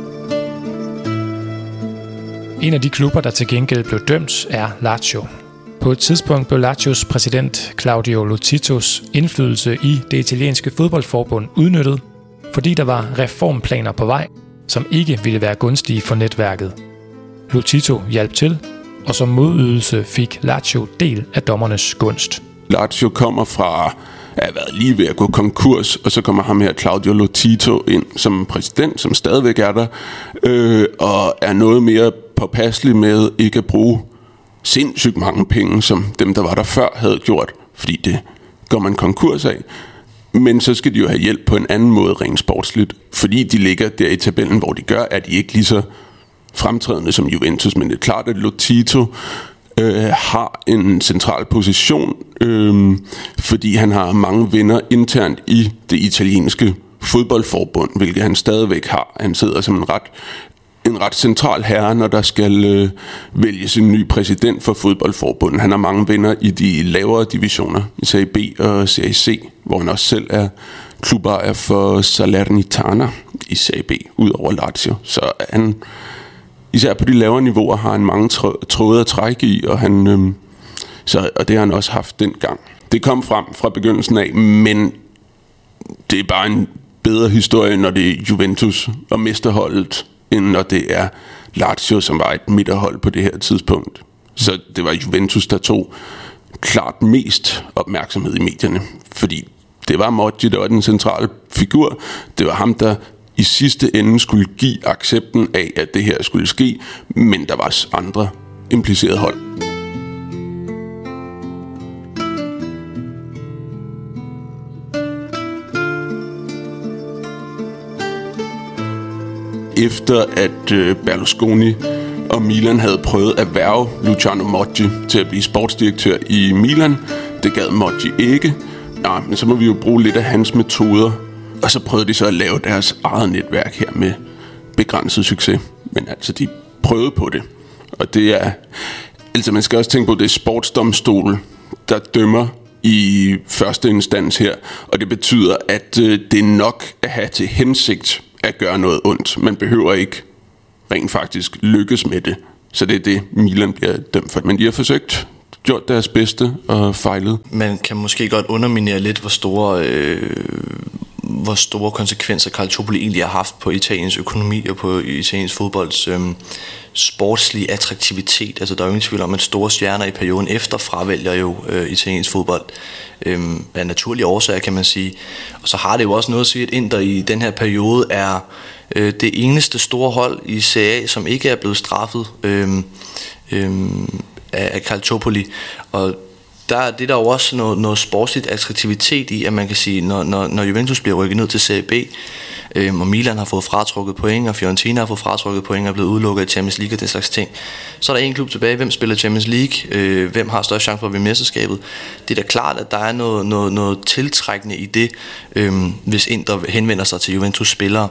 En af de klubber, der til gengæld blev dømt, er Lazio. På et tidspunkt blev Lazios præsident Claudio Lotitos indflydelse i det italienske fodboldforbund udnyttet, fordi der var reformplaner på vej, som ikke ville være gunstige for netværket. Lotito hjalp til, og som modydelse fik Lazio del af dommernes gunst. Lazio kommer fra at have været lige ved at gå konkurs, og så kommer ham her Claudio Lotito ind som præsident, som stadigvæk er der, øh, og er noget mere påpasselig med ikke at bruge sindssygt mange penge, som dem, der var der før, havde gjort, fordi det går man konkurs af. Men så skal de jo have hjælp på en anden måde rent sportsligt, fordi de ligger der i tabellen, hvor de gør, at de ikke lige så fremtrædende som Juventus, men det er klart, at Lotito øh, har en central position, øh, fordi han har mange venner internt i det italienske fodboldforbund, hvilket han stadigvæk har. Han sidder som en ret en ret central herre, når der skal øh, vælges en ny præsident for fodboldforbundet. Han har mange venner i de lavere divisioner, i Serie B og Serie C, hvor han også selv er klubejer for Salernitana i Serie B, ud over Lazio. Så han, især på de lavere niveauer, har han mange tråde at trække i, og, han, øh, så, og det har han også haft dengang. Det kom frem fra begyndelsen af, men det er bare en bedre historie, når det er Juventus og mesterholdet, end når det er Lazio, som var et midterhold på det her tidspunkt. Så det var Juventus, der tog klart mest opmærksomhed i medierne, fordi det var Moggi, der var den centrale figur. Det var ham, der i sidste ende skulle give accepten af, at det her skulle ske, men der var andre implicerede hold. Efter at øh, Berlusconi og Milan havde prøvet at hverve Luciano Moggi til at blive sportsdirektør i Milan, det gad Moggi ikke. Nå, men så må vi jo bruge lidt af hans metoder. Og så prøvede de så at lave deres eget netværk her med begrænset succes. Men altså, de prøvede på det. Og det er... Altså, man skal også tænke på, at det er sportsdomstol, der dømmer i første instans her. Og det betyder, at øh, det er nok at have til hensigt at gøre noget ondt. Man behøver ikke rent faktisk lykkes med det. Så det er det, Milan bliver dømt for. Men de har forsøgt, gjort deres bedste og fejlet. Man kan måske godt underminere lidt, hvor store, øh, hvor store konsekvenser Calciopoli egentlig har haft på Italiens økonomi og på Italiens fodbolds øh, sportslige attraktivitet. Altså, der er jo ingen tvivl om, at store stjerner i perioden efter fravælger jo øh, Italiens fodbold. Øh, af naturlige årsager, kan man sige. Og så har det jo også noget at sige, at Inter i den her periode er øh, det eneste store hold i Serie A, som ikke er blevet straffet øh, øh, af, af Calciopoli. Og der, det er der jo også noget, noget sportsligt attraktivitet i, at man kan sige, når, når, når Juventus bliver rykket ned til Serie B, øh, og Milan har fået fratrukket point, og Fiorentina har fået fratrukket point og er blevet udelukket i Champions League og den slags ting, så er der en klub tilbage. Hvem spiller Champions League? Øh, hvem har størst chance for at vinde mesterskabet? Det er da klart, at der er noget, noget, noget tiltrækkende i det, øh, hvis Inter henvender sig til Juventus spillere.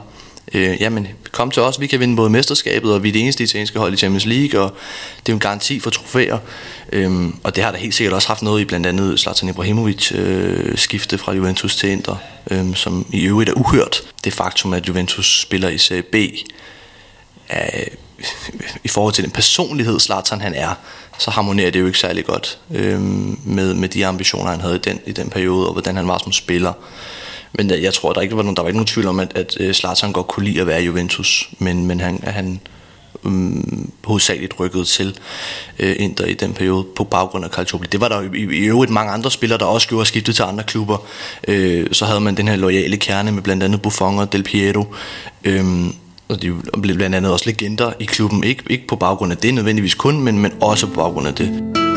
Øh, jamen, kom til os, vi kan vinde både mesterskabet, og vi er det eneste italienske hold i Champions League, og det er jo en garanti for trofæer. Øhm, og det har da helt sikkert også haft noget i blandt andet Zlatan Ibrahimovic øh, skifte fra Juventus til Inter, øh, som i øvrigt er uhørt. Det faktum, at Juventus spiller i Serie B, er, i forhold til den personlighed Zlatan han er, så harmonerer det jo ikke særlig godt øh, med, med de ambitioner, han havde i den, i den periode, og hvordan han var som spiller. Men jeg tror, der ikke var nogen, der var ikke nogen tvivl om, at, at Zlatan godt kunne lide at være i Juventus, men, men han, han um, hovedsageligt rykket til uh, Inter i den periode på baggrund af Calciopoli. Det var der i, i øvrigt mange andre spillere, der også gjorde skiftet til andre klubber. Uh, så havde man den her loyale kerne med blandt andet Buffon og Del Piero, um, og de blev blandt andet også legender i klubben, ikke, ikke på baggrund af det nødvendigvis kun, men, men også på baggrund af det.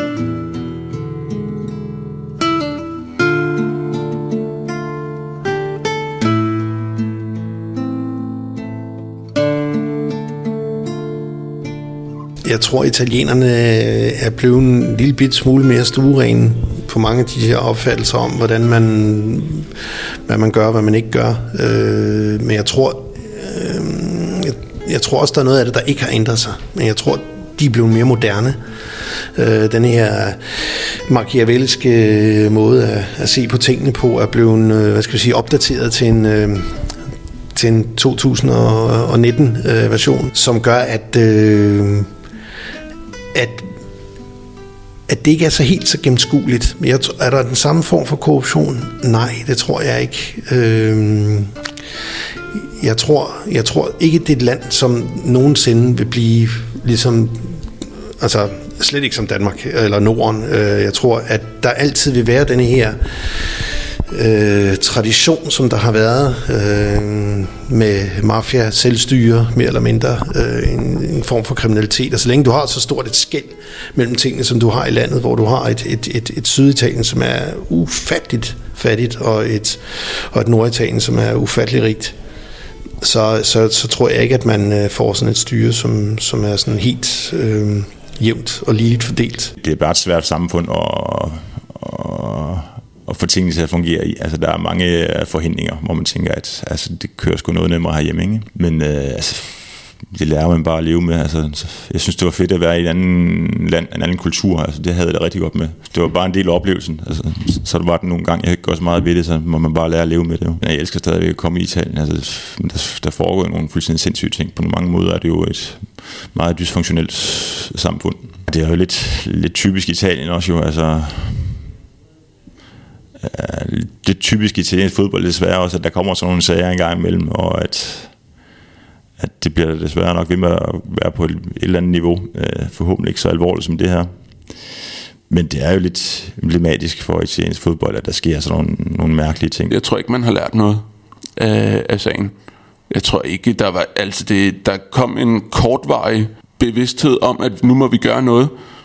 Jeg tror, italienerne er blevet en lille bit smule mere stuerene på mange af de her opfattelser om, hvordan man, hvad man gør, hvad man ikke gør. Øh, men jeg tror, øh, jeg, jeg tror også, der er noget af det, der ikke har ændret sig. Men jeg tror, de er blevet mere moderne. Øh, den her machiavelliske måde at, at se på tingene på er blevet, øh, hvad skal vi sige, opdateret til en... Øh, til en to tusind nitten øh, version, som gør, at øh, at, at det ikke er så helt så gennemskueligt. Men jeg, er der den samme form for korruption? Nej, det tror jeg ikke. Øh, jeg, tror, jeg tror ikke, det er et land, som nogensinde vil blive ligesom, altså slet ikke som Danmark eller Norden. Øh, jeg tror, at der altid vil være denne her Øh, tradition, som der har været øh, med mafia, selvstyre, mere eller mindre øh, en, en form for kriminalitet. Og så længe du har så stort et skel mellem tingene, som du har i landet, hvor du har et, et, et, et Syditalien, som er ufatteligt fattigt, og et, og et Norditalien, som er ufatteligt rigt, så, så, så tror jeg ikke, at man får sådan et styre, som, som er sådan helt øh, jævnt og ligeligt fordelt. Det er bare et svært samfund og, og og få tingene til at fungere i. Altså, der er mange forhindringer, hvor man tænker, at altså, det kører sgu noget nemmere herhjemme, ikke? Men øh, altså, det lærer man bare at leve med. Altså, jeg synes, det var fedt at være i et andet land, en anden kultur. Altså, det havde jeg det rigtig godt med. Det var bare en del af oplevelsen. Altså, så det var det nogle gange, jeg ikke gør så meget ved det, så må man bare lære at leve med det. Jeg elsker stadigvæk at komme i Italien. Altså, der, der foregår nogle fuldstændig sindssyge ting. På mange måder er det jo et meget dysfunktionelt samfund. Det er jo lidt, lidt typisk Italien også jo, altså. Det typiske italiensk fodbold desværre også, at der kommer sådan nogle sager en gang imellem, og at, at det bliver desværre nok ved med at være på et, et eller andet niveau, forhåbentlig ikke så alvorligt som det her. Men det er jo lidt emblematisk for italiensk fodbold, at der sker sådan nogle, nogle mærkelige ting. Jeg tror ikke, man har lært noget af, af sagen. Jeg tror ikke, der var altså det, der kom en kortvarig bevidsthed om, at nu må vi gøre noget,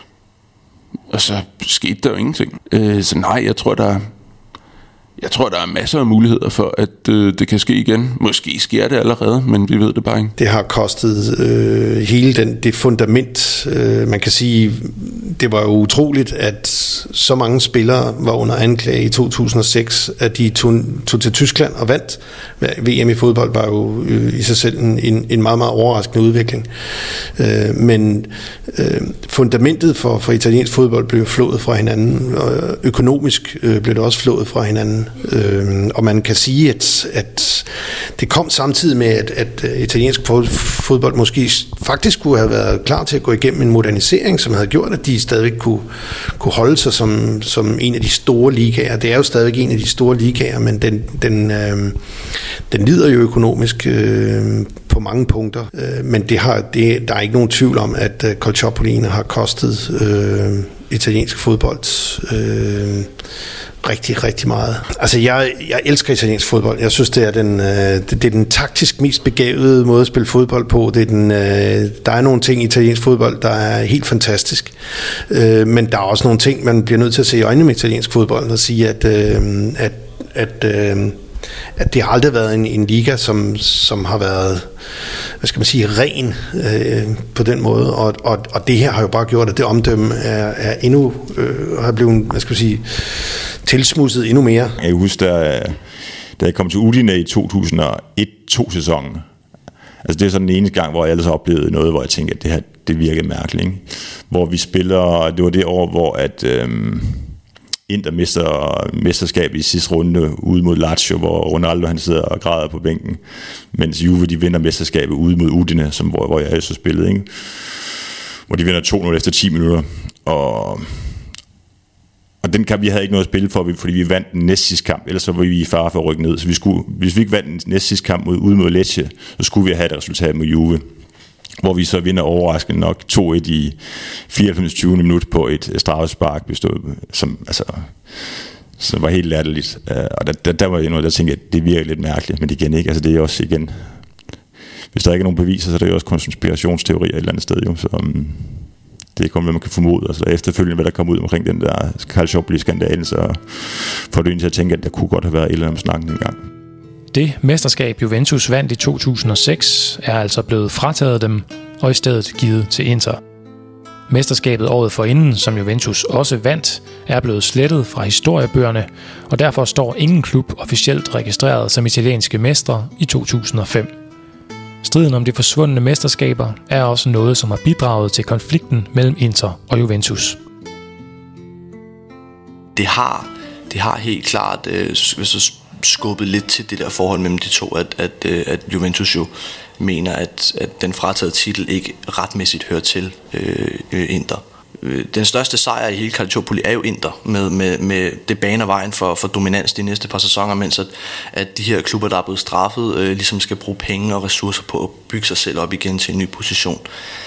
og så skete der jo ingenting. Øh, så nej, jeg tror, der Jeg tror, der er masser af muligheder for, at øh, det kan ske igen. Måske sker det allerede, men vi ved det bare ikke. Det har kostet øh, hele den, det fundament. Øh, man kan sige, det var jo utroligt, at så mange spillere var under anklage i to tusind og seks, at de tog, tog til Tyskland og vandt. V M i fodbold var jo øh, i sig selv en, en meget, meget overraskende udvikling. Øh, men øh, fundamentet for, for italiensk fodbold blev flået fra hinanden, og økonomisk øh, blev det også flået fra hinanden. Øh, og man kan sige, at, at det kom samtidig med, at, at italiensk fodbold måske faktisk kunne have været klar til at gå igennem en modernisering, som havde gjort, at de stadigvæk kunne, kunne holde sig som, som en af de store ligaer. Det er jo stadigvæk en af de store ligaer, men den, den, øh, den lider jo økonomisk øh, på mange punkter. Øh, men det har, det, der er ikke nogen tvivl om, at øh, Calciopoline har kostet øh, italiensk fodbold øh, rigtig, rigtig meget. Altså, jeg, jeg elsker italiensk fodbold. Jeg synes, det er den, øh, det, det er den taktisk mest begavede måde at spille fodbold på. Det er den, øh, der er nogle ting i italiensk fodbold, der er helt fantastisk. Øh, men der er også nogle ting, man bliver nødt til at se i øjnene med italiensk fodbold og sige, at, øh, at, at, øh, at det har aldrig været en, en liga, som, som har været, hvad skal man sige, ren øh, på den måde. Og, og, og det her har jo bare gjort, at det omdømme er, er endnu, øh, har blevet, hvad skal man sige, tilsmudset endnu mere. Jeg husker, da, da jeg kom til Udine i to tusind og et to sæsonen, Altså det er sådan den eneste gang, hvor jeg ellers oplevede noget, hvor jeg tænkte, at det her, det virkede mærkeligt, ikke? Hvor vi spiller, det var det år, hvor at øhm, Inter mister mesterskabet i sidste runde ude mod Lazio, hvor Ronaldo han sidder og græder på bænken, mens Juve de vinder mesterskabet ude mod Udine, som, hvor, hvor jeg så spillede, ikke? Hvor de vinder to nul efter ti minutter, og, og den kamp, vi havde ikke noget at spille for, fordi vi vandt den næste sidste kamp, ellers så var vi i fare for at rykke ned, så vi skulle, hvis vi ikke vandt den næste sidste kamp mod, ude mod Lecce, så skulle vi have et resultat mod Juve, hvor vi så vinder overraskende nok to et i fireoghalvfems tyvende minut på et straffespark, som altså, som var helt latterligt. Og der, der, der var jeg noget, der tænkte, at det virker lidt mærkeligt, men igen ikke. Altså det er også igen, hvis der ikke er nogen beviser, så er det jo også konspirationsteorier et eller andet sted. Jo. Så um, det er kun, hvad man kan formode. Altså efterfølgende, hvad der kom ud omkring den der Calciopoli-skandalen, så får du ind til at tænke, at der kunne godt have været et eller andet snakken en gang. Det mesterskab Juventus vandt i to tusind og seks er altså blevet frataget dem og i stedet givet til Inter. Mesterskabet året forinden, som Juventus også vandt, er blevet slettet fra historiebøgerne, og derfor står ingen klub officielt registreret som italienske mestre i to tusind og fem. Striden om de forsvundne mesterskaber er også noget, som har bidraget til konflikten mellem Inter og Juventus. Det har, det har helt klart øh, skubbet lidt til det der forhold mellem de to, at, at, at Juventus jo mener, at, at den frataget titel ikke retmæssigt hører til øh, Inter. Den største sejr i hele Calciopoli er jo Inter, med, med, med det baner vejen for, for dominans de næste par sæsoner, mens at, at de her klubber, der er blevet straffet, øh, ligesom skal bruge penge og ressourcer på at bygge sig selv op igen til en ny position.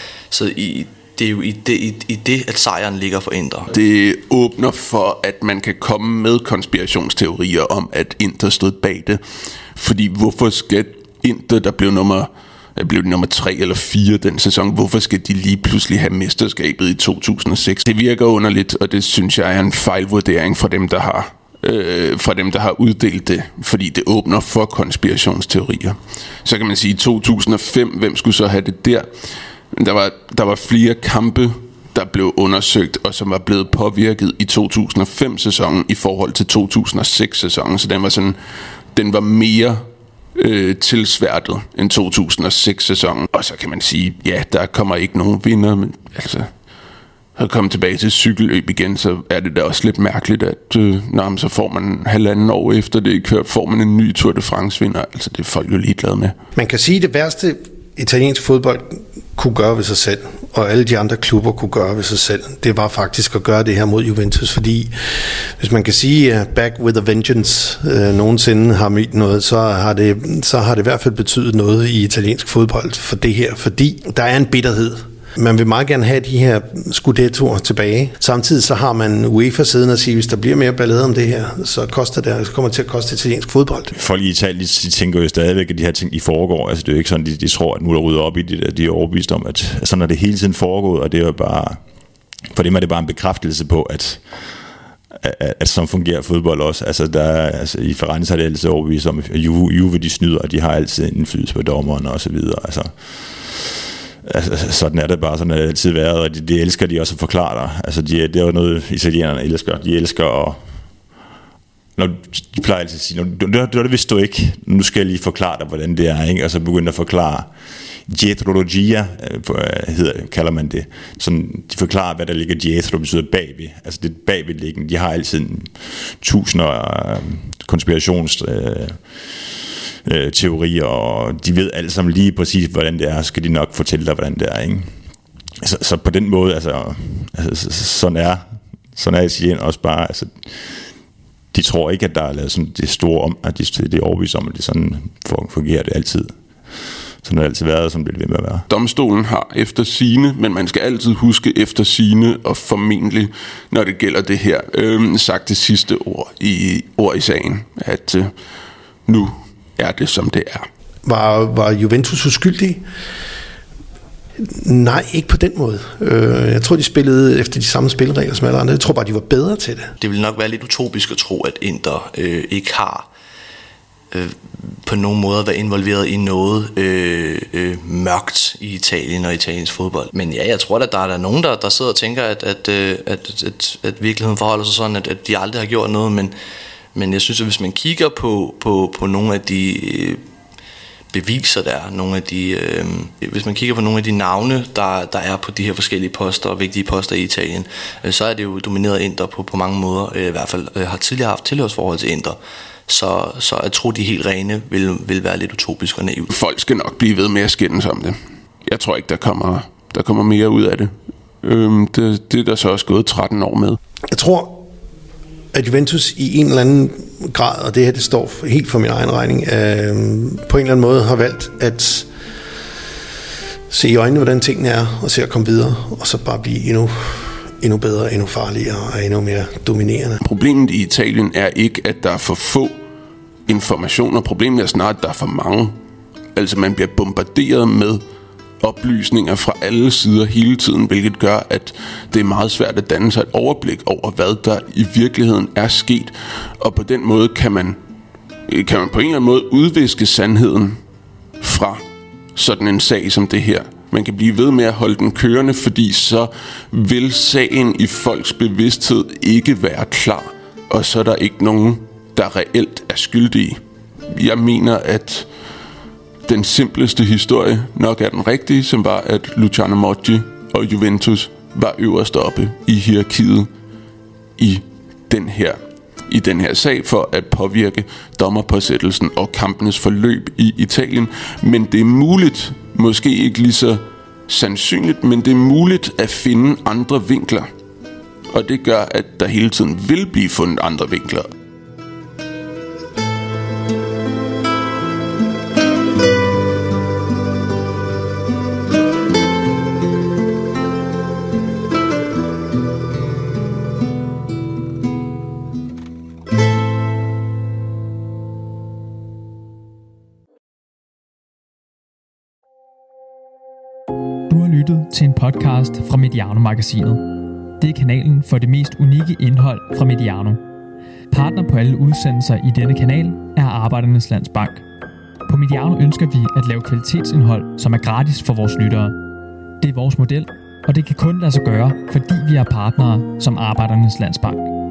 Så i det er jo i det, i, i det, at sejren ligger for Inter. Det åbner for, at man kan komme med konspirationsteorier om, at Inter stod bag det. Fordi hvorfor skal Inter, der blev nummer, der blev nummer tre eller fire den sæson, hvorfor skal de lige pludselig have mesterskabet i to tusind og seks? Det virker underligt, og det synes jeg er en fejlvurdering fra dem, der har, øh, fra dem, der har uddelt det. Fordi det åbner for konspirationsteorier. Så kan man sige, i to tusind og fem, hvem skulle så have det der? Der var, der var flere kampe, der blev undersøgt, og som var blevet påvirket i to tusind og fem-sæsonen i forhold til to tusind og seks-sæsonen. Så den var, sådan, den var mere øh, tilsværtet end to tusind og seks-sæsonen. Og så kan man sige, ja, der kommer ikke nogen vinder, men altså, at komme tilbage til cykelløb igen, så er det da også lidt mærkeligt, at øh, når så får man halvanden år efter det kørt, får man en ny Tour de France-vinder. Altså, det er folk jo ligeglade med. Man kan sige, at det værste italiensk fodbold kunne gøre ved sig selv, og alle de andre klubber kunne gøre ved sig selv, det var faktisk at gøre det her mod Juventus, fordi hvis man kan sige, at back with a vengeance øh, nogensinde har mødt noget, så har, det, så har det i hvert fald betydet noget i italiensk fodbold for det her, fordi der er en bitterhed. Man vil meget gerne have de her Scudettoer tilbage. Samtidig så har man UEFA siden at sige, hvis der bliver mere ballade om det her, så koster det, så kommer det til at koste italiensk fodbold. Folk i Italien, de tænker jo stadigvæk, at de her ting i foregår. Altså det er jo ikke sådan, de, de tror, at nu er der ryddet op i det, de er overbevist om, at sådan er det hele tiden foregået, og det er jo bare, for dem er det bare en bekræftelse på, at at, at sådan fungerer fodbold også. Altså, der er, altså i Firenze har det altid overbevist om, at Juve, Juve de snyder, og de har altid indflydelse på dommerne og så videre. Altså Altså, sådan er det bare, sådan er det altid været, og det, det elsker de også at forklare dig. Altså, de, det er jo noget, italienerne elsker. De elsker at... Når, de plejer altid at sige, det er det vidste du ikke, nu skal jeg lige forklare dig, hvordan det er, ikke? Og så begynder at forklare, dietrologia, hedder, kalder man det. Sådan, de forklarer, hvad der ligger dietro, betyder bagved. Altså, det bagvedliggende. De har altid tusinder af konspirations... Øh, teorier, og de ved alle sammen lige præcis, hvordan det er, så skal de nok fortælle dig, hvordan det er, ikke? Så, så på den måde, altså, altså sådan er sådan er Italien også bare, altså, de tror ikke, at der er lavet sådan det store om, at de, det er overbevist om, at det sådan fungerer det altid. Sådan har det altid været, som det bliver ved med at være. Domstolen har efter sigende, men man skal altid huske efter sigende, og formentlig, når det gælder det her, øh, sagt det sidste ord i, ord i sagen, at øh, nu er det, som det er. Var, var Juventus uskyldig? Nej, ikke på den måde. Jeg tror, de spillede efter de samme spilleregler som alle andre. Jeg tror bare, de var bedre til det. Det vil nok være lidt utopisk at tro, at Inter øh, ikke har øh, på nogen måde været involveret i noget øh, øh, mørkt i Italien og italiensk fodbold. Men ja, jeg tror, at der er der nogen, der, der sidder og tænker, at, at, at, at, at, at virkeligheden forholder sig sådan, at, at de aldrig har gjort noget, men Men jeg synes, at hvis man kigger på, på, på nogle af de beviser der er. Nogle af de, øh, hvis man kigger på nogle af de navne, der, der er på de her forskellige poster og vigtige poster i Italien, øh, så er det jo domineret inder på, på mange måder. Øh, I hvert fald øh, har tidligere haft tilhørsforhold til inder. Så, så at tro, de helt rene vil, vil være lidt utopisk og naivt. Folk skal nok blive ved med at skændes om det. Jeg tror ikke, der kommer, der kommer mere ud af det. Øhm, det. Det er der så også gået tretten år med. Jeg tror, at Juventus i en eller anden grad, og det her det står helt for min egen regning, øh, på en eller anden måde har valgt at se i øjnene, hvordan tingene er, og se at komme videre, og så bare blive endnu, endnu bedre, endnu farligere og endnu mere dominerende. Problemet i Italien er ikke, at der er for få informationer. Problemet er snart, at der er for mange. Altså man bliver bombarderet med oplysninger fra alle sider hele tiden, hvilket gør, at det er meget svært at danne sig et overblik over, hvad der i virkeligheden er sket. Og på den måde kan man, kan man på en eller anden måde udviske sandheden fra sådan en sag som det her. Man kan blive ved med at holde den kørende, fordi så vil sagen i folks bevidsthed ikke være klar, og så er der ikke nogen, der reelt er skyldige. Jeg mener, at den simpleste historie nok er den rigtige, som var, at Luciano Moggi og Juventus var øverst oppe i hierarkiet i den her, i den her sag for at påvirke dommerpåsættelsen og kampenes forløb i Italien. Men det er muligt, måske ikke lige så sandsynligt, men det er muligt at finde andre vinkler. Og det gør, at der hele tiden vil blive fundet andre vinkler. Lyttet til en podcast fra Mediano-magasinet. Det er kanalen for det mest unikke indhold fra Mediano. Partner på alle udsendelser i denne kanal er Arbejdernes Landsbank. På Mediano ønsker vi at lave kvalitetsindhold, som er gratis for vores lyttere. Det er vores model, og det kan kun lade sig gøre, fordi vi er partnere som Arbejdernes Landsbank.